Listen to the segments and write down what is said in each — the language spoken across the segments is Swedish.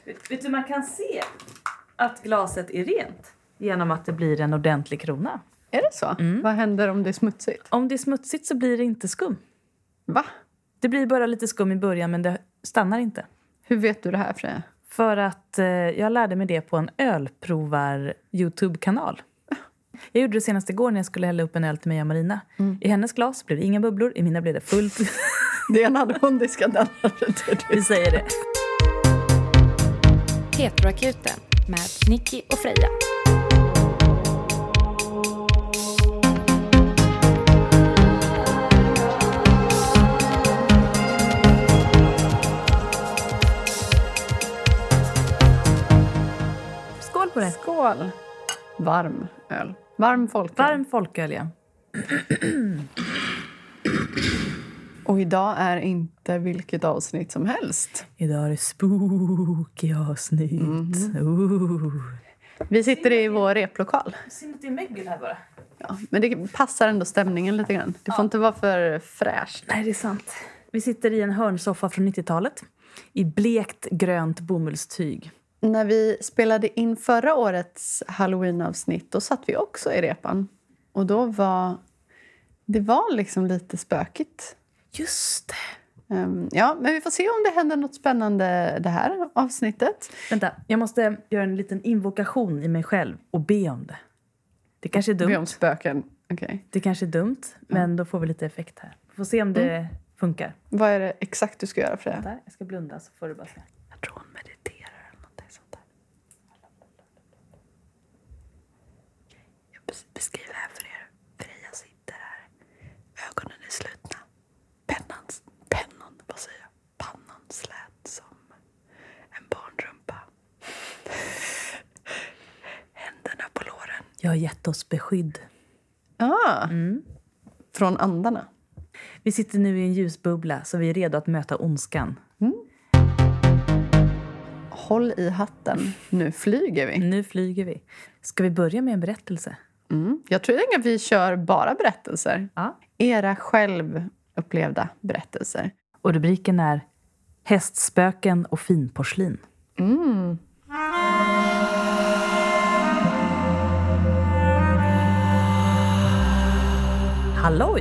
Vet du, man kan se att glaset är rent genom att det blir en ordentlig krona. Är det så? Vad händer om det är smutsigt? Om det är smutsigt så blir det inte skum. Va? Det blir bara lite skum i början, men det stannar inte. Hur vet du det här, Freja? För att jag lärde mig det på en ölprovar YouTube-kanal. Jag gjorde det senast igår när jag skulle hälla upp en öl till mig och Marina. I hennes glas blev det inga bubblor, i mina blev det fullt. Det är en adhondiska där. Vi säger det. Heteroakuten med Nicky och Freja. Skål på det. Skål. Varm öl. Varm folköl. Varm folköl, ja. Och idag är inte vilket avsnitt som helst. Idag är det spooky avsnitt. Vi sitter i vår replokal. Synd att det är mögel här bara. Ja, men det passar ändå stämningen lite grann. Det får inte vara för fräscht. Nej, det är sant. Vi sitter i en hörnsoffa från 90-talet. I blekt grönt bomullstyg. När vi spelade in förra årets Halloween-avsnitt, då satt vi också i repan. Och då var det liksom lite spökigt. Just det. Ja, men vi får se om det händer något spännande det här avsnittet. Vänta, jag måste göra en liten invokation i mig själv och be om det. Det kanske är dumt. Be om spöken, okej. Det kanske är dumt, men då får vi lite effekt här. Vi får se om det funkar. Vad är det exakt du ska göra, Freja? Där, jag ska blunda så får du bara se. Jag tror hon mediterar eller någonting sånt där. Jag beskriver här för er. Freja sitter här. Ögonen är slutna. Vad säger jag? Pannan slät som en barnrumpa. Händerna på låren. Jag har gett oss beskydd. Från andarna. Vi sitter nu i en ljusbubbla så vi är redo att möta ondskan. Håll i hatten. Nu flyger vi. Nu flyger vi. Ska vi börja med en berättelse? Jag tror att vi kör bara berättelser. Ja. Era självupplevda berättelser. Och rubriken är Hästspöken och finporslin. Halloj!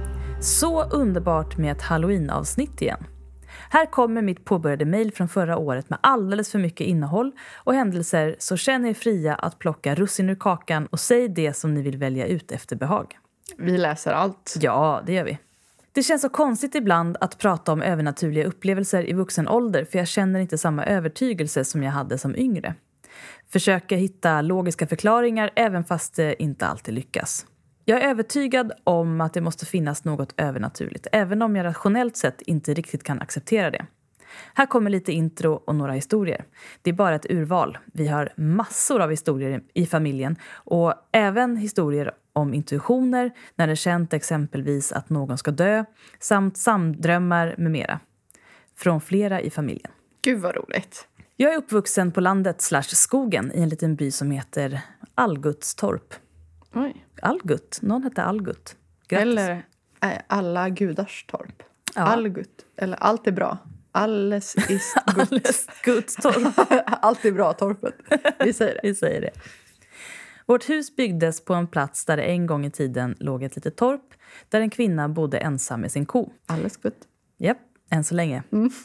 Så underbart med ett Halloween-avsnitt igen. Här kommer mitt påbörjade mejl från förra året med alldeles för mycket innehåll och händelser, så känn er fria att plocka russin ur kakan och säg det som ni vill välja ut efter behag. Vi läser allt. Ja, det gör vi. Det känns så konstigt ibland att prata om övernaturliga upplevelser i vuxen ålder, för jag känner inte samma övertygelse som jag hade som yngre. Försöker hitta logiska förklaringar även fast det inte alltid lyckas. Jag är övertygad om att det måste finnas något övernaturligt, även om jag rationellt sett inte riktigt kan acceptera det. Här kommer lite intro och några historier. Det är bara ett urval. Vi har massor av historier i familjen och även historier om intuitioner när det är känt exempelvis att någon ska dö, samt samdrömmar med mera. Från flera i familjen. Gud vad roligt. Jag är uppvuxen på landet /skogen i en liten by som heter Algutstorp. Oj. Algutt. Någon hette Algutt. Grattis. Eller alla gudars torp. Ja. Algutt. Eller allt är bra. Alles is good. Alles Guttorp. Allt är bra, torpet. Vi säger det. Vi säger det. Vårt hus byggdes på en plats där det en gång i tiden låg ett litet torp där en kvinna bodde ensam med sin ko. Alles gott. Japp, än så länge.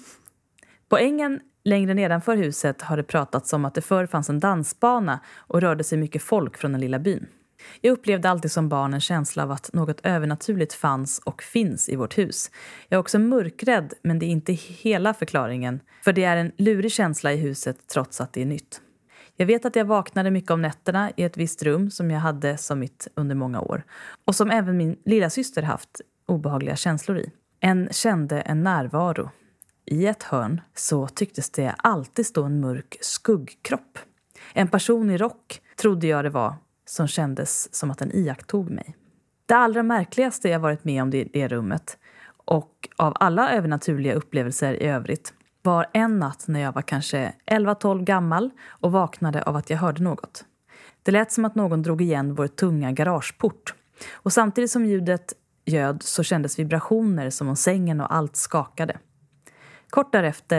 På ängen längre nedanför huset har det pratats om att det förr fanns en dansbana och rörde sig mycket folk från den lilla byn. Jag upplevde alltid som barn en känsla av att något övernaturligt fanns och finns i vårt hus. Jag är också mörkrädd, men det är inte hela förklaringen. För det är en lurig känsla i huset trots att det är nytt. Jag vet att jag vaknade mycket om nätterna i ett visst rum som jag hade som mitt under många år. Och som även min lilla syster haft obehagliga känslor i. En kände en närvaro. I ett hörn så tycktes det alltid stå en mörk skuggkropp. En person i rock trodde jag det var, som kändes som att den iakttog mig. Det allra märkligaste jag varit med om i det rummet, och av alla övernaturliga upplevelser i övrigt, var en natt när jag var kanske 11-12 gammal och vaknade av att jag hörde något. Det lät som att någon drog igen vår tunga garageport. Och samtidigt som ljudet ljöd så kändes vibrationer som om sängen och allt skakade. Kort därefter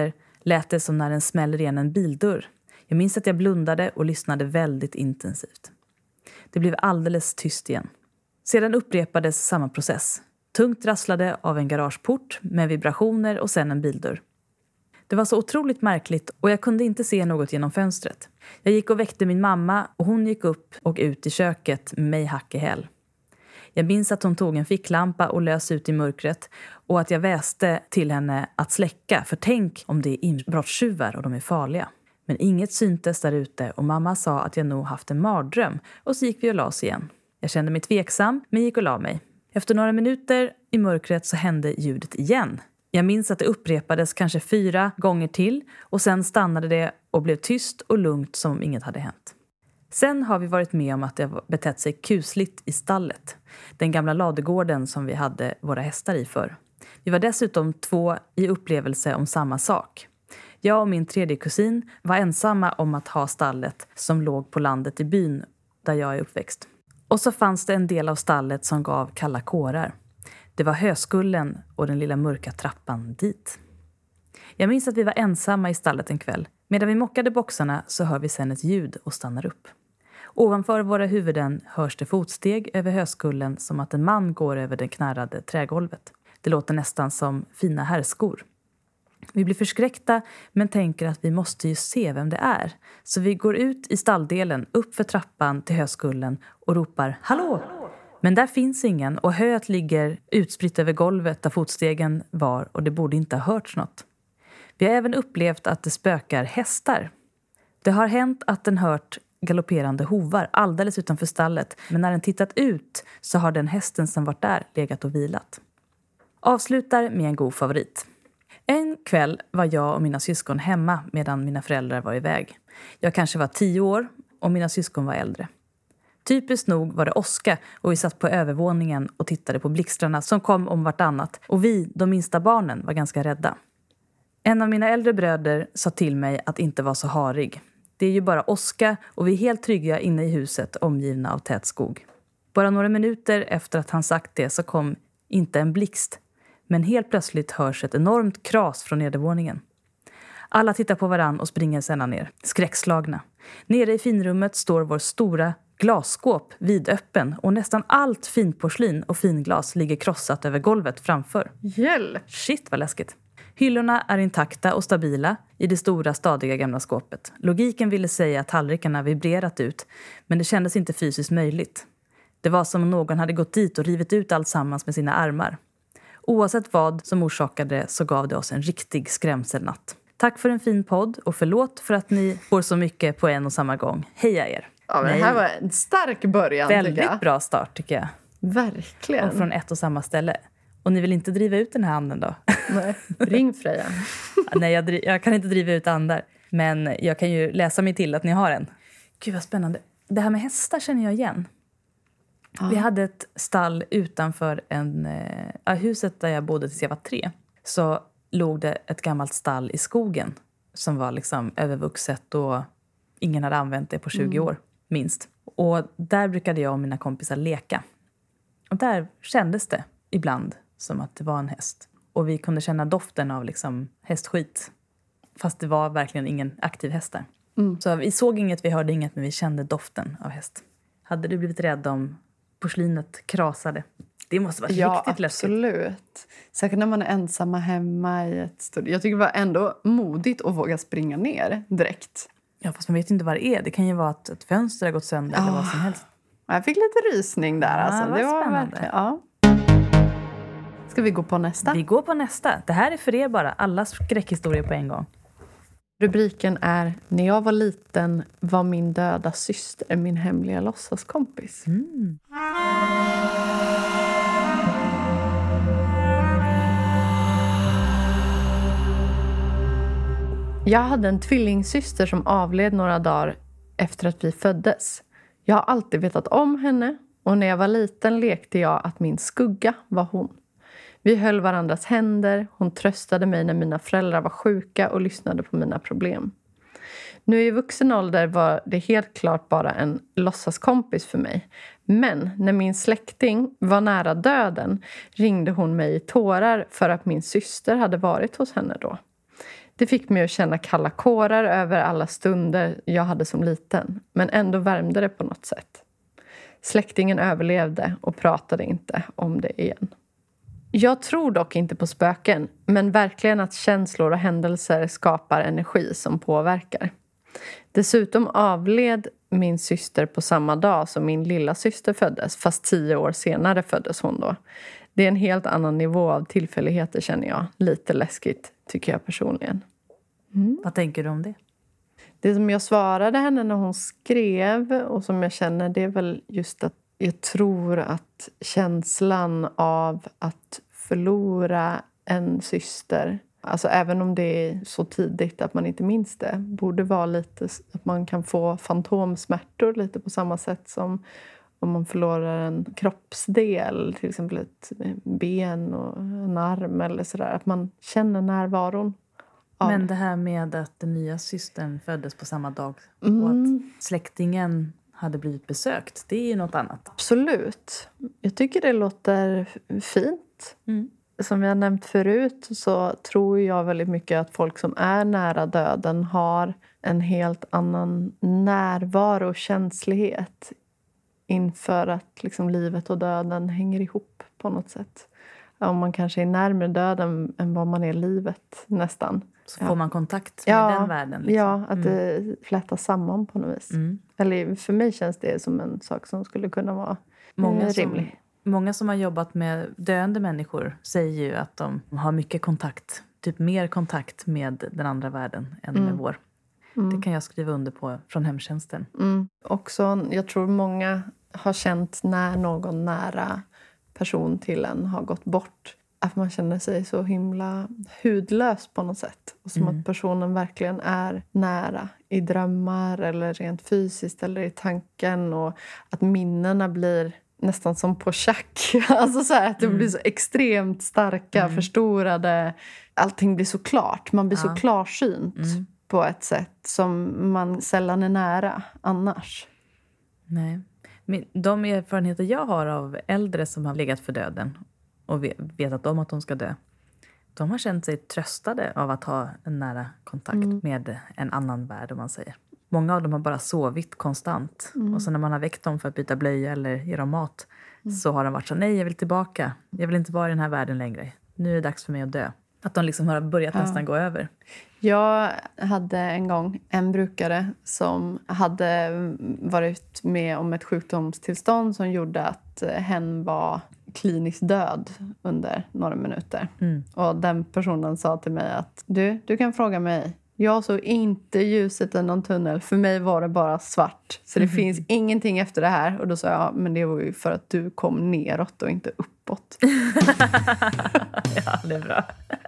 lät det som när den smäller igen en bildörr. Jag minns att jag blundade och lyssnade väldigt intensivt. Det blev alldeles tyst igen. Sedan upprepades samma process. Tungt rasslade av en garageport med vibrationer och sen en bildörr. Det var så otroligt märkligt och jag kunde inte se något genom fönstret. Jag gick och väckte min mamma och hon gick upp och ut i köket med mig hack i häl. Jag minns att hon tog en ficklampa och lös ut i mörkret och att jag väste till henne att släcka, för tänk om det är inbrottstjuvar och de är farliga. Men inget syntes där ute och mamma sa att jag nog haft en mardröm och så gick vi och la oss igen. Jag kände mig tveksam men gick och la mig. Efter några minuter i mörkret så hände ljudet igen. Jag minns att det upprepades kanske 4 gånger till och sen stannade det och blev tyst och lugnt som om inget hade hänt. Sen har vi varit med om att det har betett sig kusligt i stallet. Den gamla ladegården som vi hade våra hästar i för. Vi var dessutom 2 i upplevelse om samma sak. Jag och min 3:e kusin var ensamma om att ha stallet som låg på landet i byn där jag är uppväxt. Och så fanns det en del av stallet som gav kalla kårar. Det var höskullen och den lilla mörka trappan dit. Jag minns att vi var ensamma i stallet en kväll. Medan vi mockade boxarna så hör vi sen ett ljud och stannar upp. Ovanför våra huvuden hörs det fotsteg över höskullen som att en man går över det knarrade trägolvet. Det låter nästan som fina herrskor. Vi blir förskräckta men tänker att vi måste ju se vem det är. Så vi går ut i stalldelen upp för trappan till höskullen och ropar hallå! Men där finns ingen och höet ligger utspritt över golvet där fotstegen var och det borde inte ha hörts något. Vi har även upplevt att det spökar hästar. Det har hänt att den hört galopperande hovar alldeles utanför stallet, men när den tittat ut så har den hästen som varit där legat och vilat. Avslutar med en god favorit. En kväll var jag och mina syskon hemma medan mina föräldrar var iväg. Jag kanske var 10 år och mina syskon var äldre. Typiskt nog var det åska och vi satt på övervåningen och tittade på blixtrarna som kom om vartannat och vi, de minsta barnen, var ganska rädda. En av mina äldre bröder sa till mig att inte vara så harig. Det är ju bara åska och vi är helt trygga inne i huset omgivna av tät skog. Bara några minuter efter att han sagt det så kom inte en blixt. Men helt plötsligt hörs ett enormt kras från nedervåningen. Alla tittar på varann och springer sedan ner, skräckslagna. Nere i finrummet står vår stora glasskåp vidöppen och nästan allt finporslin och finglas ligger krossat över golvet framför. Hjälp! Shit vad läskigt. Hyllorna är intakta och stabila i det stora stadiga gamla skåpet. Logiken ville säga att tallrikarna vibrerat ut, men det kändes inte fysiskt möjligt. Det var som om någon hade gått dit och rivit ut allt sammans med sina armar. Oavsett vad som orsakade det så gav det oss en riktig skrämselnatt. Tack för en fin podd och förlåt för att ni får så mycket på en och samma gång. Heja er! Ja, men det här var en stark början. Väldigt bra start tycker jag. Verkligen. Och från ett och samma ställe. Och ni vill inte driva ut den här anden då? Nej, ring Freja. Nej, jag kan inte driva ut andar. Men jag kan ju läsa mig till att ni har en. Gud vad spännande. Det här med hästar känner jag igen. Ja. Vi hade ett stall utanför huset där jag bodde tills jag var 3. Så låg det ett gammalt stall i skogen som var liksom övervuxet och ingen hade använt det på 20 år minst. Och där brukade jag och mina kompisar leka. Och där kändes det ibland som att det var en häst. Och vi kunde känna doften av liksom hästskit. Fast det var verkligen ingen aktiv häst där. Så vi såg inget, vi hörde inget, men vi kände doften av häst. Hade du blivit rädd om porslinet krasade? Det måste vara riktigt läskigt. Ja, absolut. Säkert när man är ensamma hemma i ett stort... Jag tycker det var ändå modigt att våga springa ner direkt. Ja, fast man vet inte vad det är. Det kan ju vara att ett fönster har gått sönder eller vad som helst. Jag fick lite rysning där. Alltså. Det var spännande. Ja. Ska vi gå på nästa? Vi går på nästa. Det här är för er bara. Alla skräckhistorier på en gång. Rubriken är När jag var liten var min döda syster min hemliga låtsaskompis. Jag hade en tvillingsyster som avled några dagar efter att vi föddes. Jag har alltid vetat om henne och när jag var liten lekte jag att min skugga var hon. Vi höll varandras händer, hon tröstade mig när mina föräldrar var sjuka och lyssnade på mina problem. Nu i vuxen ålder var det helt klart bara en låtsaskompis för mig. Men när min släkting var nära döden ringde hon mig i tårar för att min syster hade varit hos henne då. Det fick mig att känna kalla kårar över alla stunder jag hade som liten. Men ändå värmde det på något sätt. Släktingen överlevde och pratade inte om det igen. Jag tror dock inte på spöken, men verkligen att känslor och händelser skapar energi som påverkar. Dessutom avled min syster på samma dag som min lilla syster föddes, fast 10 år senare föddes hon då. Det är en helt annan nivå av tillfälligheter, känner jag. Lite läskigt, tycker jag personligen. Vad tänker du om det? Det som jag svarade henne när hon skrev och som jag känner, det är väl just att jag tror att känslan av att förlora en syster, alltså även om det är så tidigt att man inte minns det, borde vara lite att man kan få fantomsmärtor lite på samma sätt som om man förlorar en kroppsdel, till exempel ett ben och en arm eller sådär, att man känner närvaron. Men det här med att den nya systern föddes på samma dag och att släktingen hade blivit besökt, det är ju något annat. Absolut. Jag tycker det låter fint. Som vi har nämnt förut så tror jag väldigt mycket att folk som är nära döden har en helt annan närvaro och känslighet inför att liksom livet och döden hänger ihop på något sätt. Om man kanske är närmare döden än vad man är livet nästan. Så får man kontakt med den världen. Liksom. Ja, att det flätas samman på något vis. Eller för mig känns det som en sak som skulle kunna vara rimlig. Många som har jobbat med döende människor säger ju att de har mycket kontakt. Typ mer kontakt med den andra världen än med vår. Det kan jag skriva under på från hemtjänsten. Också, jag tror många har känt när någon nära person till en har gått bort. Att man känner sig så himla hudlös på något sätt. Och som att personen verkligen är nära i drömmar eller rent fysiskt eller i tanken. Och att minnena blir nästan som på schack. Alltså så här, att det blir så extremt starka, förstorade. Allting blir så klart. Man blir så klarsynt på ett sätt som man sällan är nära annars. Nej. Men de erfarenheter jag har av äldre som har legat för döden och vetat om att de ska dö, de har känt sig tröstade av att ha en nära kontakt med en annan värld, om man säger. Många av dem har bara sovit konstant. Och så när man har väckt dem för att byta blöja eller ge dem mat så har de varit så, nej, jag vill tillbaka. Jag vill inte vara i den här världen längre. Nu är det dags för mig att dö. Att de liksom har börjat nästan gå över. Jag hade en gång en brukare som hade varit med om ett sjukdomstillstånd som gjorde att hen var kliniskt död under några minuter. Och den personen sa till mig att du kan fråga mig. Jag såg inte ljuset i någon tunnel. För mig var det bara svart. Så det finns ingenting efter det här. Och då sa jag, men det var ju för att du kom neråt och inte uppåt. Ja, det är bra.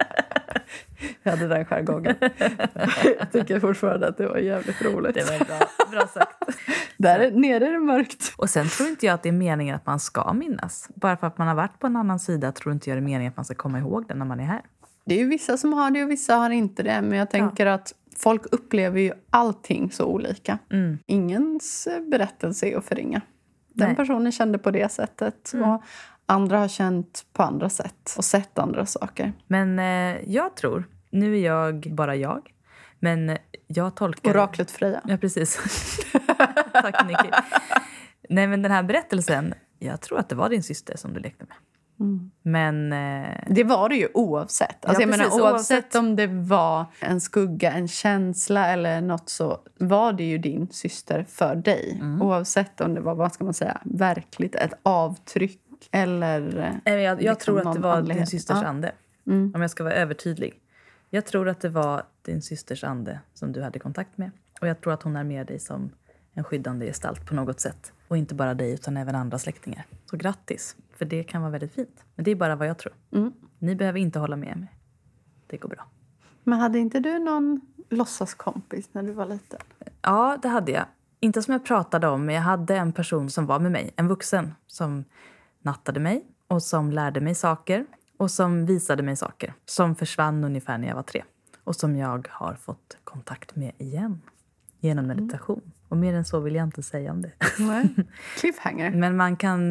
Jag hade den jargongen. Jag tycker fortfarande att det var jävligt roligt. Det var bra sagt. Där nere är det mörkt. Och sen tror inte jag att det är meningen att man ska minnas. Bara för att man har varit på en annan sida tror inte jag det är meningen att man ska komma ihåg det när man är här. Det är ju vissa som har det och vissa har inte det. Men jag tänker att folk upplever ju allting så olika. Ingens berättelse är att förringa. Den personen kände på det sättet. Och andra har känt på andra sätt. Och sett andra saker. Men jag tror, nu är jag bara jag. Men jag tolkar... Oraklet Freja. Ja, precis. Tack, Nicky. Nej, men den här berättelsen, jag tror att det var din syster som du lekte med. Men det var det ju oavsett. Alltså, ja, jag menar, oavsett om det var en skugga, en känsla eller något, så var det ju din syster för dig. Oavsett om det var, vad ska man säga, verkligt ett avtryck eller... Jag liksom tror att det var andlighet. din systers ande. Om jag ska vara övertydlig. Jag tror att det var din systers ande som du hade kontakt med. Och jag tror att hon är med dig som en skyddande gestalt på något sätt. Och inte bara dig utan även andra släktingar. Så grattis, för det kan vara väldigt fint. Men det är bara vad jag tror. Ni behöver inte hålla med mig. Det går bra. Men hade inte du någon låtsaskompis när du var liten? Ja, det hade jag. Inte som jag pratade om, men jag hade en person som var med mig. En vuxen som nattade mig och som lärde mig saker. Och som visade mig saker. Som försvann ungefär när jag var 3. Och som jag har fått kontakt med igen. Genom meditation. Och mer än så vill jag inte säga om det. Nej. Cliffhanger. Men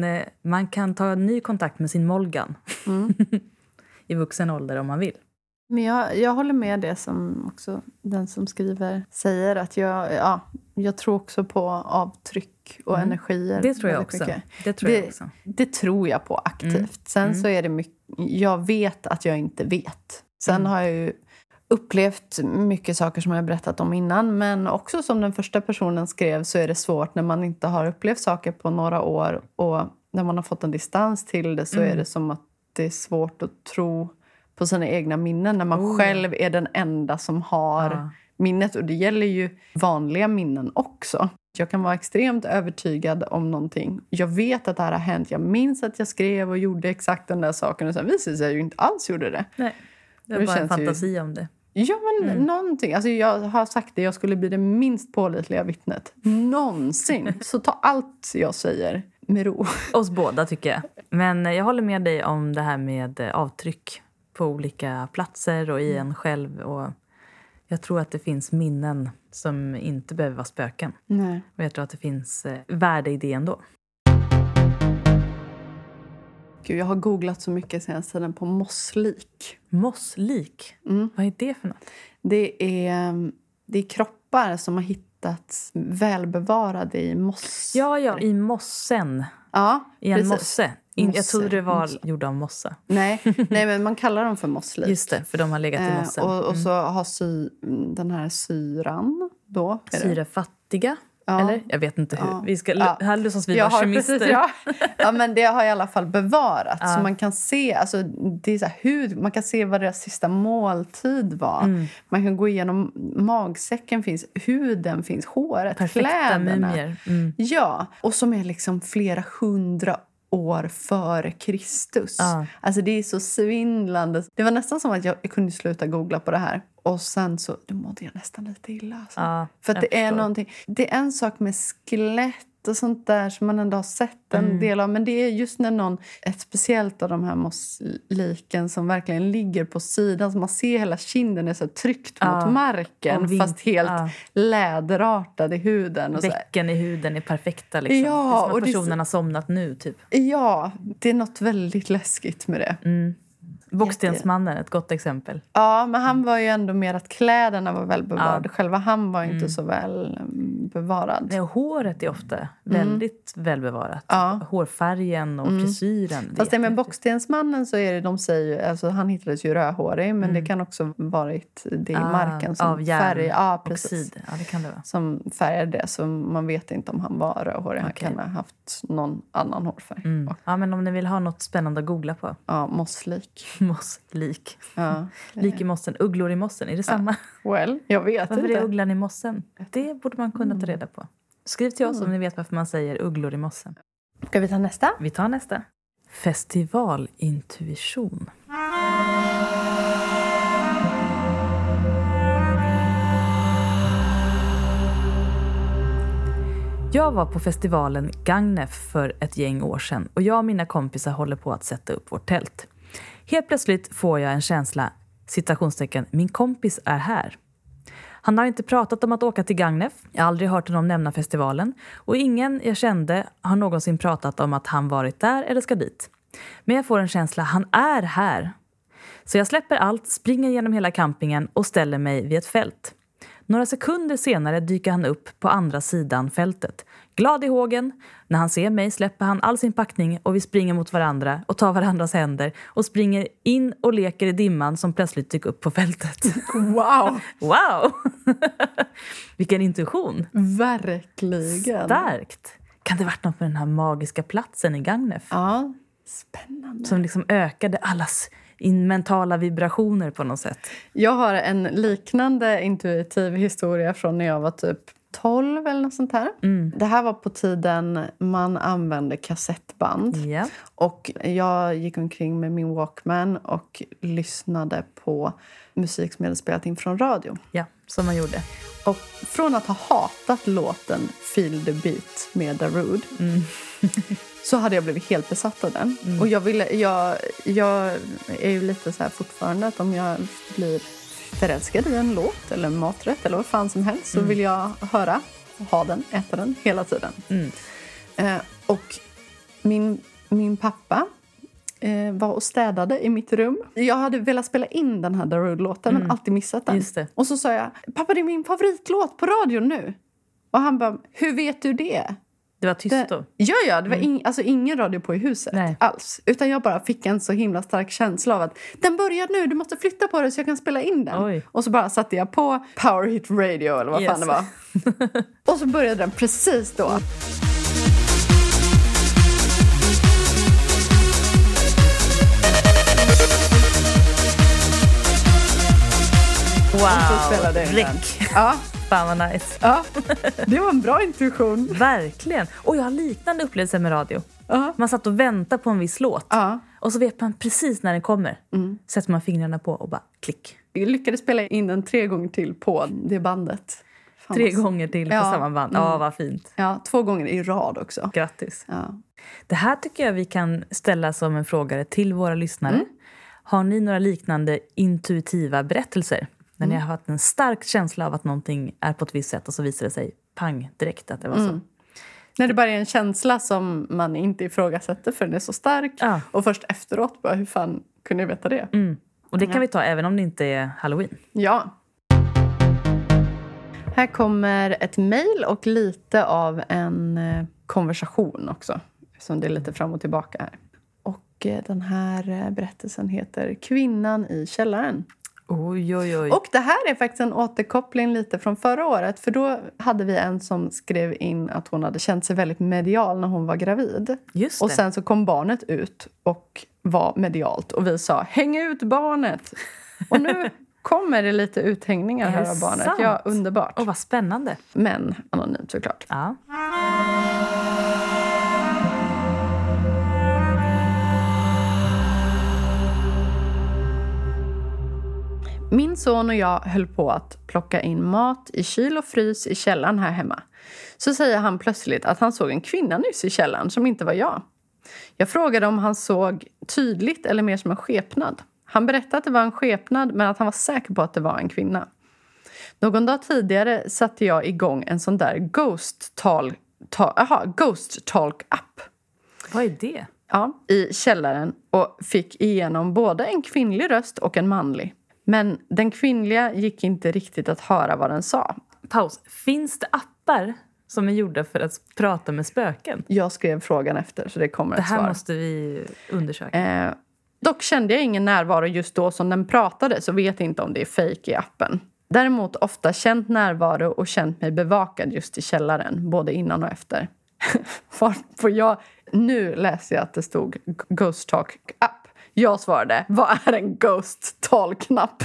man kan ta ny kontakt med sin Molgan. I vuxen ålder om man vill. Men jag håller med det som också den som skriver säger. Att jag tror också på avtryck och energier. Det tror jag också. Det tror jag på aktivt. Sen så är det mycket, jag vet att jag inte vet. Sen har jag ju upplevt mycket saker som jag har berättat om innan. Men också som den första personen skrev så är det svårt när man inte har upplevt saker på några år. Och när man har fått en distans till det så är det som att det är svårt att tro på sina egna minnen. När man själv är den enda som har minnet. Och det gäller ju vanliga minnen också. Jag kan vara extremt övertygad om någonting. Jag vet att det här har hänt. Jag minns att jag skrev och gjorde exakt den där saken. Och sen visade det sig att jag inte alls gjorde det. Nej, det var bara en fantasi om det. Ja, men någonting. Alltså jag har sagt det. Jag skulle bli det minst pålitliga vittnet. Någonsin. Så ta allt jag säger med ro. Oss båda tycker jag. Men jag håller med dig om det här med avtryck på olika platser och i en själv. Och jag tror att det finns minnen som inte behöver vara spöken. Nej. Och jag tror att det finns värde i det ändå. Gud, jag har googlat så mycket senaste tiden på mosslik. Mosslik? Vad är det för något? Det är kroppar som har hittats välbevarade i moss. Ja, i mossen. Ja, i en precis. mosse. Jag trodde det var gjorda av mossa. Nej, men man kallar dem för mosslik. Just det, för de har legat i mossen. Och så har den här syran då. Syrefattiga. Ja. Eller? Jag vet inte hur. Vi ska här låtsas vi vara kemister. Precis, ja, men det har i alla fall bevarat. Så man kan se, alltså, det är så här, hud, man kan se vad deras sista måltid var. Man kan gå igenom magsäcken finns, huden finns, håret, perfekta kläderna. Mumier. Ja, och som är liksom flera 100 år före Kristus. Alltså det är så svindlande. Det var nästan som att jag kunde sluta googla på det här. Och sen så då mådde jag nästan lite illa. Alltså. För att det är någonting. Det är en sak med skelett och sånt där som man ändå har sett en del av. Men det är just när ett speciellt av de här mossliken som verkligen ligger på sidan. Så man ser hela kinden är så tryckt mot marken. Fast helt läderartad i huden. Och Bäcken i huden är perfekta liksom. Ja, det är som att personen har somnat nu typ. Ja, det är något väldigt läskigt med det. Bockstensmannen, ett gott exempel. Ja, men han var ju ändå mer att kläderna var väl bevarade. Själva han var inte så väl bevarad. Nej, och håret är ofta väldigt välbevarat. Hårfärgen och frisyren. Fast det med Bockstensmannen så är det, de säger, alltså han hittades ju rödhårig, men det kan också varit det i marken som av färg. Ja, precis. Oxid. Ja, det kan det vara. Som färgade det, så man vet inte om han var rödhårig. Han kan ha haft någon annan hårfärg. Ja, men om ni vill ha något spännande att googla på. Ja, mosslik. Mosslik. Ja, lik i mossen. Ugglor i mossen. Är det samma? Well, jag vet varför inte. Varför är ugglan i mossen? Det borde man kunna ta reda på. Skriv till oss om ni vet varför man säger ugglor i mossen. Ska vi ta nästa? Vi tar nästa. Festivalintuition. Jag var på festivalen Gagnef för ett gäng år sedan och jag och mina kompisar håller på att sätta upp vårt tält. Helt plötsligt får jag en känsla, citationstecken, min kompis är här. Han har inte pratat om att åka till Gagnef, jag har aldrig hört honom nämna festivalen och ingen jag kände har någonsin pratat om att han varit där eller ska dit. Men jag får en känsla, han är här. Så jag släpper allt, springer genom hela campingen och ställer mig vid ett fält. Några sekunder senare dyker han upp på andra sidan fältet. Glad i hågen. När han ser mig släpper han all sin packning och vi springer mot varandra och tar varandras händer och springer in och leker i dimman som plötsligt dyker upp på fältet. Wow! Wow! Vilken intuition. Verkligen. Starkt. Kan det varit något med den här magiska platsen i Gagnef? Ja, spännande. Som liksom ökade allas mentala vibrationer på något sätt. Jag har en liknande intuitiv historia från när jag var typ 12 eller något sånt här. Det här var på tiden man använde kassettband. Yeah. Och jag gick omkring med min Walkman och lyssnade på musik som jag hade spelat in från radio. Ja, som man gjorde. Och från att ha hatat låten Feel the Beat med Darude så hade jag blivit helt besatt av den. Och jag är ju lite så här fortfarande att om jag blir förälskad i en låt eller en maträtt eller vad fan som helst så vill jag höra, ha den, äta den hela tiden. Och min pappa var och städade i mitt rum. Jag hade velat spela in den här Darude-låten men alltid missat den. Just det. Och så sa jag, pappa det är min favoritlåt på radion nu. Och han bara, hur vet du det? Det var tyst då? Ja, det var ingen radio på i huset alls. Utan jag bara fick en så himla stark känsla av att den börjar nu, du måste flytta på det så jag kan spela in den. Oj. Och så bara satte jag på Power Hit Radio eller vad fan det var. Och så började den precis då. Wow, räck. Ja. Fan vad nice. Ja, det var en bra intuition. Verkligen. Och jag har liknande upplevelser med radio. Man satt och väntade på en viss låt. Och så vet man precis när den kommer. Sätter man fingrarna på och bara klick. Jag lyckades spela in den 3 gånger till på det bandet. Fan 3 gånger till på samma band. Ja, vad fint. Ja, 2 gånger i rad också. Grattis. Ja. Det här tycker jag vi kan ställa som en fråga till våra lyssnare. Har ni några liknande intuitiva berättelser? När ni har haft en stark känsla av att någonting är på ett visst sätt och så visar det sig pang direkt att det var så. När det bara är en känsla som man inte ifrågasätter för den är så stark. Ja. Och först efteråt bara, hur fan kunde jag veta det? Och det kan vi ta även om det inte är Halloween. Ja. Här kommer ett mejl och lite av en konversation också. Som det är lite fram och tillbaka här. Och den här berättelsen heter Kvinnan i källaren. Oj, oj, oj. Och det här är faktiskt en återkoppling lite från förra året. För då hade vi en som skrev in att hon hade känt sig väldigt medial när hon var gravid. Just det. Och sen så kom barnet ut och var medialt. Och vi sa, häng ut barnet! Och nu kommer det lite uthängningar här av barnet. Sant? Ja, underbart. Och vad spännande. Men anonymt såklart. Ja. Min son och jag höll på att plocka in mat i kyl och frys i källaren här hemma. Så säger han plötsligt att han såg en kvinna nyss i källaren som inte var jag. Jag frågade om han såg tydligt eller mer som en skepnad. Han berättade att det var en skepnad men att han var säker på att det var en kvinna. Någon dag tidigare satte jag igång en sån där Ghost Talk-app. Vad är det? Ja, i källaren och fick igenom både en kvinnlig röst och en manlig. Men den kvinnliga gick inte riktigt att höra vad den sa. Paus. Finns det appar som är gjorda för att prata med spöken? Jag skrev frågan efter så det kommer ett svar. Det här måste vi undersöka. Dock kände jag ingen närvaro just då som den pratade så vet inte om det är fake i appen. Däremot ofta känt närvaro och känt mig bevakad just i källaren, både innan och efter. Nu läser jag att det stod Ghost Talk app. Jag svarade, vad är en Ghost Talk-knapp?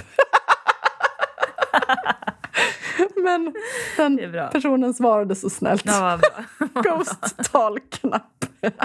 Men den personen svarade så snällt. Ja, bra. Ghost Talk-knapp.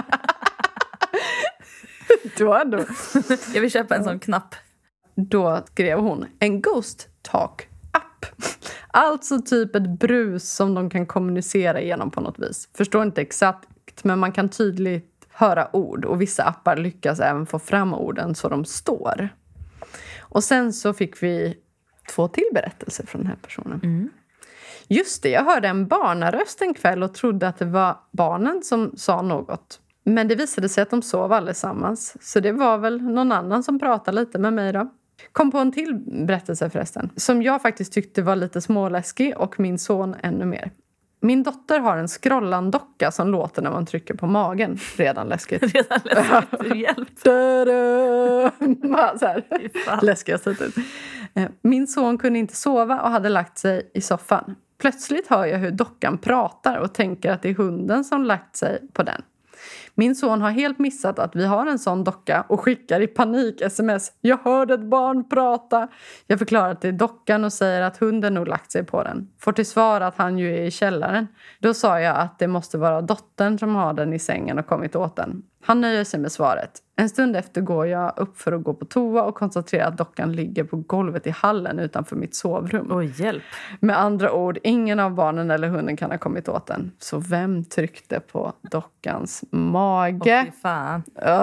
Du har ändå... Jag vill köpa en sån knapp. Då skrev hon, en Ghost Talk-app. Alltså typ ett brus som de kan kommunicera igenom på något vis. Förstår inte exakt, men man kan tydligt höra ord. Och vissa appar lyckas även få fram orden så de står. Och sen så fick vi 2 till berättelser från den här personen. Just det, jag hörde en barnaröst en kväll och trodde att det var barnen som sa något. Men det visade sig att de sov allesammans. Så det var väl någon annan som pratade lite med mig då. Kom på en till berättelse förresten. Som jag faktiskt tyckte var lite småläskig och min son ännu mer. Min dotter har en scrollandocka som låter när man trycker på magen. Redan läskigt. Redan läskigt. Hjälp. Så här. Läskigast hittills. Min son kunde inte sova och hade lagt sig i soffan. Plötsligt hör jag hur dockan pratar och tänker att det är hunden som lagt sig på den. Min son har helt missat att vi har en sån docka och skickar i panik sms. Jag hörde ett barn prata. Jag förklarar att det är dockan och säger att hunden nog lagt sig på den. Får till svar att han ju är i källaren. Då sa jag att det måste vara dottern som har den i sängen och kommit åt den. Han nöjer sig med svaret. En stund efter går jag upp för att gå på toa och konstaterar att dockan ligger på golvet i hallen utanför mitt sovrum. Oj, hjälp. Med andra ord, ingen av barnen eller hunden kan ha kommit åt den. Så vem tryckte på dockans mage? Fy fan.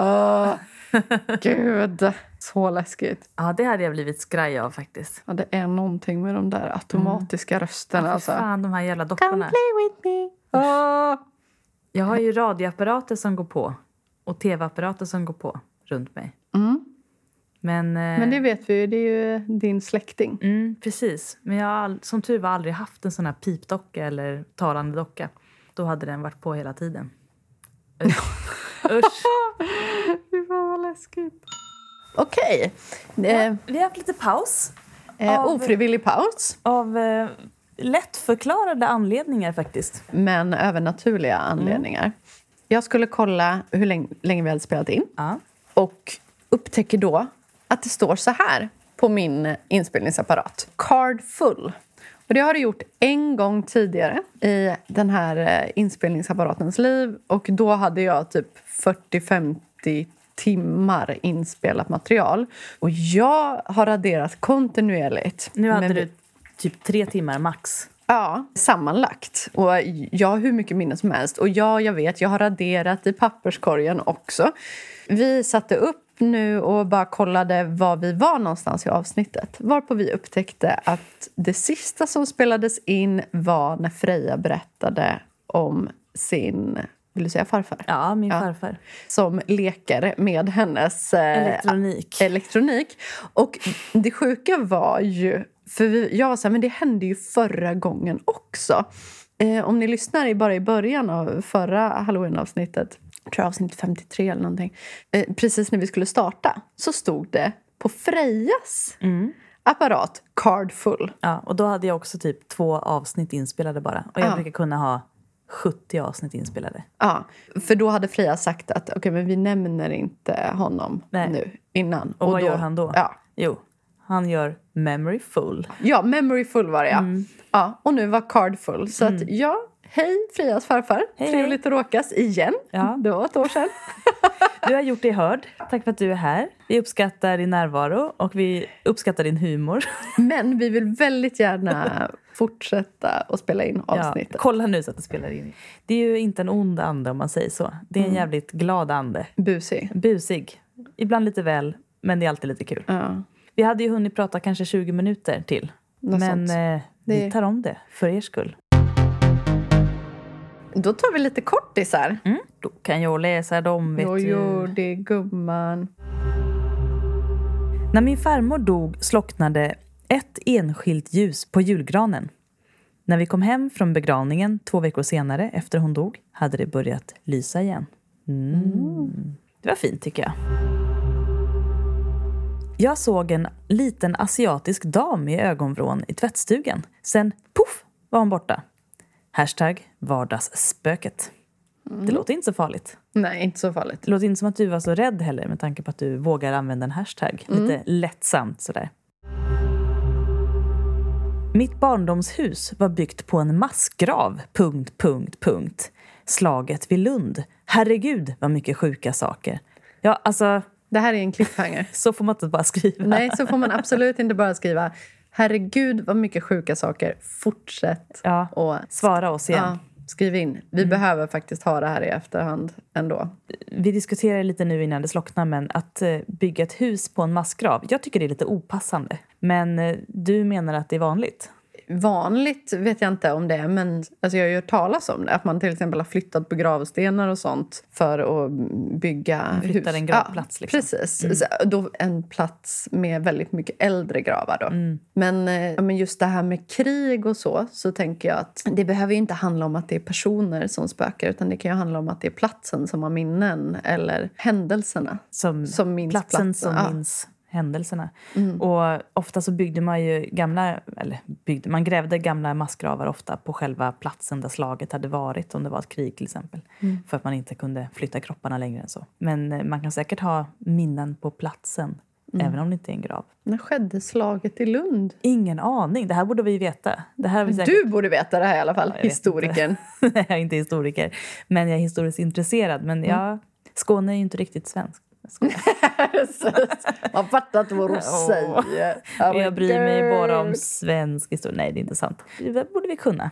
Gud, så läskigt. Ja, det hade jag blivit skraj av faktiskt. Ja, det är någonting med de där automatiska rösterna. Ja, alltså. fan, de här jävla dockorna. Come play with me. Jag har ju radioapparater som går på. Och tv-apparater som går på. runt mig. Men det vet vi ju, det är ju din släkting. Precis. Men jag har som tur var aldrig haft en sån här pipdocka eller talande docka. Då hade den varit på hela tiden. Usch. Fy fan vad läskigt. Okej. Vi har haft lite paus. Ofrivillig paus. Av lättförklarade anledningar faktiskt. Men övernaturliga anledningar. Jag skulle kolla hur länge vi hade spelat in. Ja. Och upptäcker då att det står så här på min inspelningsapparat. Card full. Och det har det gjort en gång tidigare i den här inspelningsapparatens liv. Och då hade jag typ 40-50 timmar inspelat material. Och jag har raderat kontinuerligt. Nu hade du typ 3 timmar max. Ja, sammanlagt. Och jag har hur mycket minne som helst. Och jag vet, jag har raderat i papperskorgen också. Vi satte upp nu och bara kollade var vi var någonstans i avsnittet. Varpå vi upptäckte att det sista som spelades in var när Freja berättade om sin... Vill du säga farfar? Ja, min farfar. Som leker med hennes elektronik. Och det sjuka var ju... För jag var så här, men det hände ju förra gången också. Om ni lyssnar bara i början av förra Halloween-avsnittet, tror jag avsnitt 53 eller någonting. Precis när vi skulle starta så stod det på Frejas apparat card full. Ja, och då hade jag också typ 2 avsnitt inspelade bara. Och jag brukar kunna ha 70 avsnitt inspelade. Ja, för då hade Freja sagt att okej, men vi nämner inte honom nu innan. Och vad gör han då? Ja. Jo, han gör memory full. Ja, memory full var det, ja. Och nu var card full. Så att, hej Frias farfar. Hej, trevligt att råkas igen. Ja. Det var ett år sedan. Du har gjort dig hörd. Tack för att du är här. Vi uppskattar din närvaro och vi uppskattar din humor. Men vi vill väldigt gärna fortsätta att spela in avsnittet. Ja, kolla nu så att det spelar in. Det är ju inte en ond ande om man säger så. Det är en jävligt glad ande. Busig. Ibland lite väl, men det är alltid lite kul. Ja. Vi hade ju hunnit prata kanske 20 minuter till. Men vi tar om det för er skull. Då tar vi lite kortisar. Då kan jag läsa dem, vet du. Jo, det är gumman. När min farmor dog slocknade ett enskilt ljus på julgranen. När vi kom hem från begravningen 2 veckor senare efter hon dog hade det börjat lysa igen. Det var fint tycker jag. Jag såg en liten asiatisk dam i ögonvrån i tvättstugan. Sen, puff, var hon borta. #vardagsspöket. Det låter inte så farligt. Nej, inte så farligt. Det låter inte som att du var så rädd heller med tanke på att du vågar använda en hashtag. Lite lättsamt sådär. Mitt barndomshus var byggt på en massgrav. ... Slaget vid Lund. Herregud, vad mycket sjuka saker. Ja, alltså... Det här är en cliffhanger. Så får man inte bara skriva. Nej, så får man absolut inte bara skriva. Herregud, vad mycket sjuka saker. Fortsätt. Ja, och svara oss igen. Ja, skriv in. Vi behöver faktiskt ha det här i efterhand ändå. Vi diskuterar lite nu innan det slocknar, men att bygga ett hus på en massgrav. Jag tycker det är lite opassande. Men du menar att det är vanligt? Vanligt vet jag inte om det är, men alltså jag har ju hört talas om det. Att man till exempel har flyttat på gravstenar och sånt för att bygga hus. Flyttar en gravplats liksom. Precis. Så då en plats med väldigt mycket äldre gravar då. Men just det här med krig och så tänker jag att det behöver ju inte handla om att det är personer som spökar, utan det kan ju handla om att det är platsen som har minnen eller händelserna som minns platsen. Som minns händelserna. Och ofta så byggde man ju man grävde gamla massgravar ofta på själva platsen där slaget hade varit, om det var ett krig till exempel. För att man inte kunde flytta kropparna längre än så. Men man kan säkert ha minnen på platsen, även om det inte är en grav. När skedde slaget i Lund? Ingen aning, det här borde vi veta. Det här har vi säkert... Du borde veta det här i alla fall, historikern. Nej, jag är inte historiker, men jag är historiskt intresserad. Men Skåne är ju inte riktigt svensk. Man fattar inte vad du säger. Jag bryr mig bara om svensk historia. Nej, det är inte sant. Det borde vi kunna.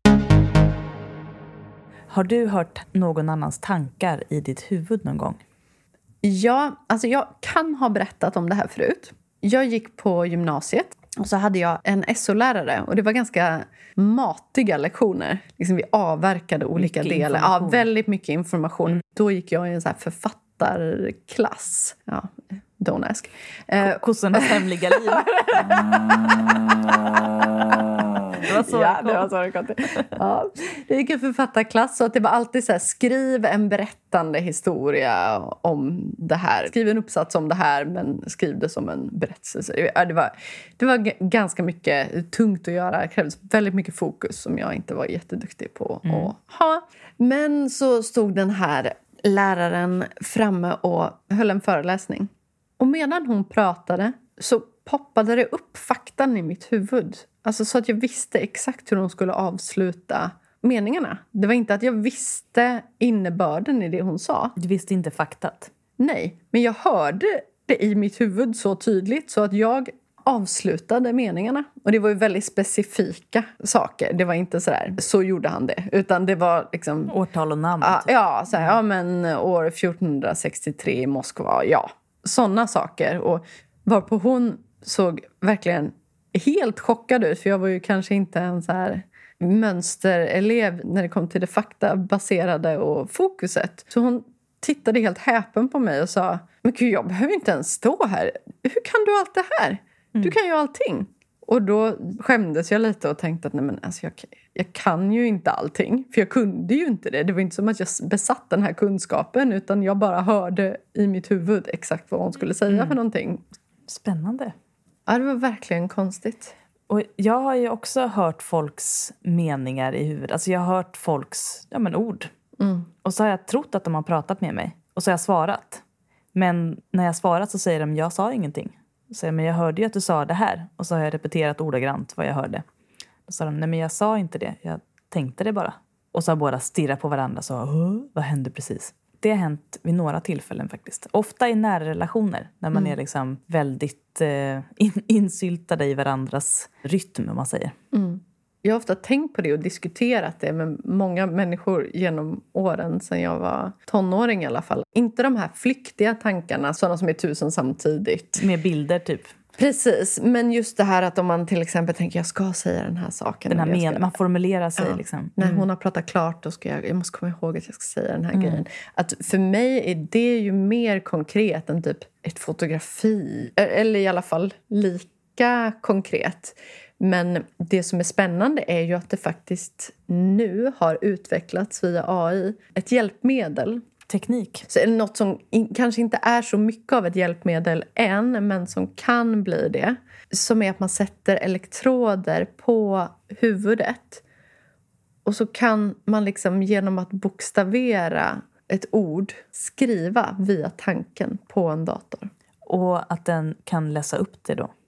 Har du hört någon annans tankar i ditt huvud någon gång? Ja, alltså jag kan ha berättat om det här förut. Jag gick på gymnasiet och så hade jag en SO-lärare. Och det var ganska matiga lektioner. Liksom vi avverkade olika delar. Ja, väldigt mycket information. Då gick jag i en så här författarklass. Ja, don't ask. Kossornas hemliga liv. Det var så det var så det kom till. Ja, det gick en författarklass, så att det var alltid så här: skriv en berättande historia om det här. Skriv en uppsats om det här, men skriv det som en berättelse. Det var ganska mycket tungt att göra. Det krävdes väldigt mycket fokus som jag inte var jätteduktig på att ha. Men så stod den här läraren framme och höll en föreläsning. Och medan hon pratade så poppade det upp faktan i mitt huvud. Alltså så att jag visste exakt hur hon skulle avsluta meningarna. Det var inte att jag visste innebörden i det hon sa. Du visste inte faktat? Nej, men jag hörde det i mitt huvud så tydligt så att jag avslutade meningarna. Och det var ju väldigt specifika saker. Det var inte så gjorde han det. Utan det var liksom... årtal och namn. Men år 1463 i Moskva, ja. Sådana saker. Och varpå hon såg verkligen helt chockad ut. För jag var ju kanske inte en så här mönsterelev när det kom till det faktabaserade och fokuset. Så hon tittade helt häpen på mig och sa: men gud, jag behöver inte ens stå här. Hur kan du allt det här? Du kan ju allting. Och då skämdes jag lite och tänkte att nej, men alltså jag kan ju inte allting. För jag kunde ju inte det. Det var inte som att jag besatt den här kunskapen, utan jag bara hörde i mitt huvud exakt vad hon skulle säga för någonting. Spännande. Ja, det var verkligen konstigt. Och jag har ju också hört folks meningar i huvudet. Alltså jag har hört folks ord. Och så har jag trott att de har pratat med mig. Och så har jag svarat. Men när jag svarat så säger de: jag sa ingenting. Så men jag hörde ju att du sa det här. Och så har jag repeterat ordagrant vad jag hörde. Då sa de: nej, men jag sa inte det. Jag tänkte det bara. Och så har båda stirrat på varandra och sa: vad hände precis? Det har hänt vid några tillfällen faktiskt. Ofta i nära relationer. När man är liksom väldigt insyltade i varandras rytm, om man säger. Jag har ofta tänkt på det och diskuterat det med många människor genom åren, sedan jag var tonåring i alla fall. Inte de här flyktiga tankarna, sådana som är 1000 samtidigt. Med bilder typ. Precis, men just det här att om man till exempel tänker: jag ska säga den här saken. Den här man formulerar sig liksom. När hon har pratat klart, då ska jag måste komma ihåg att jag ska säga den här grejen. Att för mig är det ju mer konkret än typ ett fotografi. Eller i alla fall lika konkret. Men det som är spännande är ju att det faktiskt nu har utvecklats via AI ett hjälpmedel. Teknik. Så är det något som kanske inte är så mycket av ett hjälpmedel än, men som kan bli det. Som är att man sätter elektroder på huvudet. Och så kan man liksom genom att bokstavera ett ord skriva via tanken på en dator. Och att den kan läsa upp det då.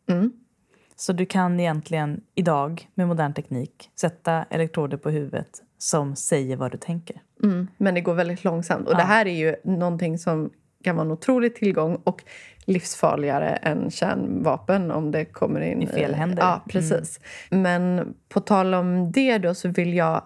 Så du kan egentligen idag med modern teknik sätta elektroder på huvudet som säger vad du tänker. Men det går väldigt långsamt. Och det här är ju någonting som kan vara en otrolig tillgång och livsfarligare än kärnvapen om det kommer in i fel händer. Ja, precis. Men på tal om det då, så vill jag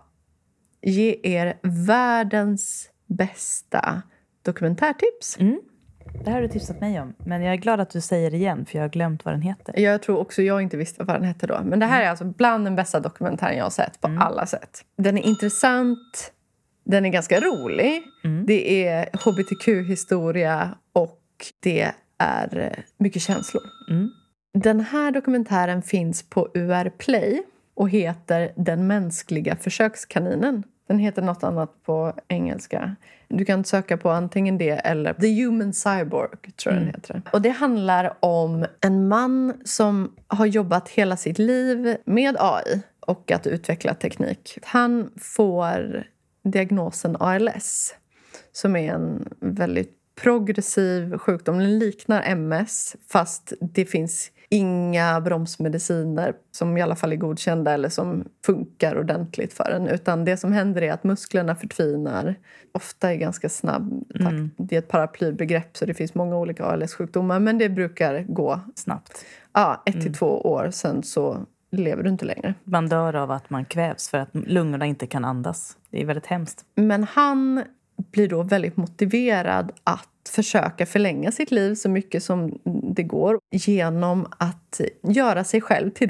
ge er världens bästa dokumentärtips. Det här har du tipsat mig om. Men jag är glad att du säger det igen, för jag har glömt vad den heter. Jag tror också jag inte visste vad den hette då. Men det här är alltså bland den bästa dokumentären jag har sett på alla sätt. Den är intressant. Den är ganska rolig. Det är hbtq-historia och det är mycket känslor. Den här dokumentären finns på UR Play och heter Den mänskliga försökskaninen. Den heter något annat på engelska. Du kan söka på antingen det eller The Human Cyborg, tror jag den heter. Och det handlar om en man som har jobbat hela sitt liv med AI och att utveckla teknik. Han får diagnosen ALS, som är en väldigt progressiv sjukdom. Den liknar MS, fast det finns inga bromsmediciner som i alla fall är godkända eller som funkar ordentligt för en. Utan det som händer är att musklerna förtvinar. Ofta i ganska snabb takt. Det är ett paraplybegrepp, så det finns många olika ALS-sjukdomar. Men det brukar gå snabbt. Ja, 1 till 2 år. Sen så lever du inte längre. Man dör av att man kvävs för att lungorna inte kan andas. Det är väldigt hemskt. Men han blir då väldigt motiverad att försöka förlänga sitt liv så mycket som det går genom att göra sig själv till då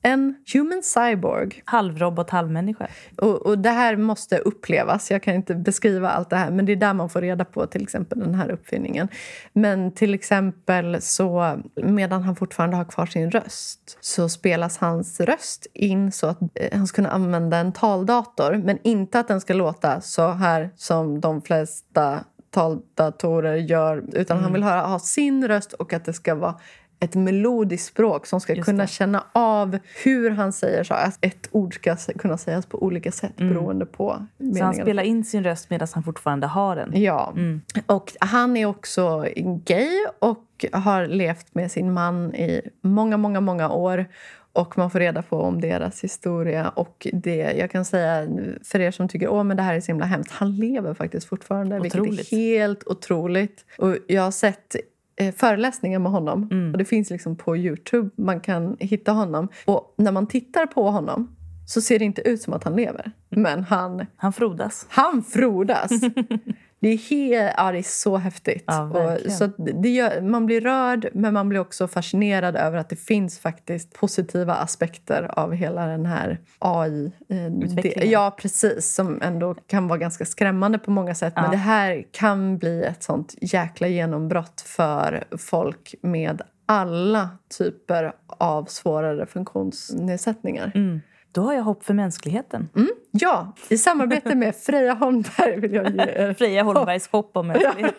En human cyborg. Halvrobot, halvmänniska. Och det här måste upplevas. Jag kan inte beskriva allt det här. Men det är där man får reda på till exempel den här uppfinningen. Men till exempel så medan han fortfarande har kvar sin röst så spelas hans röst in så att han ska kunna använda en taldator. Men inte att den ska låta så här som de flesta taldatorer gör. Utan han vill ha sin röst och att det ska vara ett melodiskt språk som ska kunna känna av hur han säger så. Att ett ord ska kunna sägas på olika sätt beroende på meningen. Så han spelar in sin röst medan han fortfarande har den. Ja, och han är också gay och har levt med sin man i många, många, många år. Och man får reda på om deras historia. Och det, jag kan säga för er som tycker men det här är så himla hemskt. Han lever faktiskt fortfarande, otroligt. Vilket är helt otroligt. Och jag har sett föreläsningar med honom. Och det finns liksom på YouTube. Man kan hitta honom. Och när man tittar på honom så ser det inte ut som att han lever. Men han frodas. Han frodas. Det är så häftigt. Ja, och så man blir rörd, men man blir också fascinerad över att det finns faktiskt positiva aspekter av hela den här AI-utvecklingen. Ja, precis. Som ändå kan vara ganska skrämmande på många sätt. Men det här kan bli ett sånt jäkla genombrott för folk med alla typer av svårare funktionsnedsättningar. Då har jag hopp för mänskligheten. Ja, i samarbete med Freja Holmberg vill jag ge er Freja Holmbergs hopp om mänskligheten.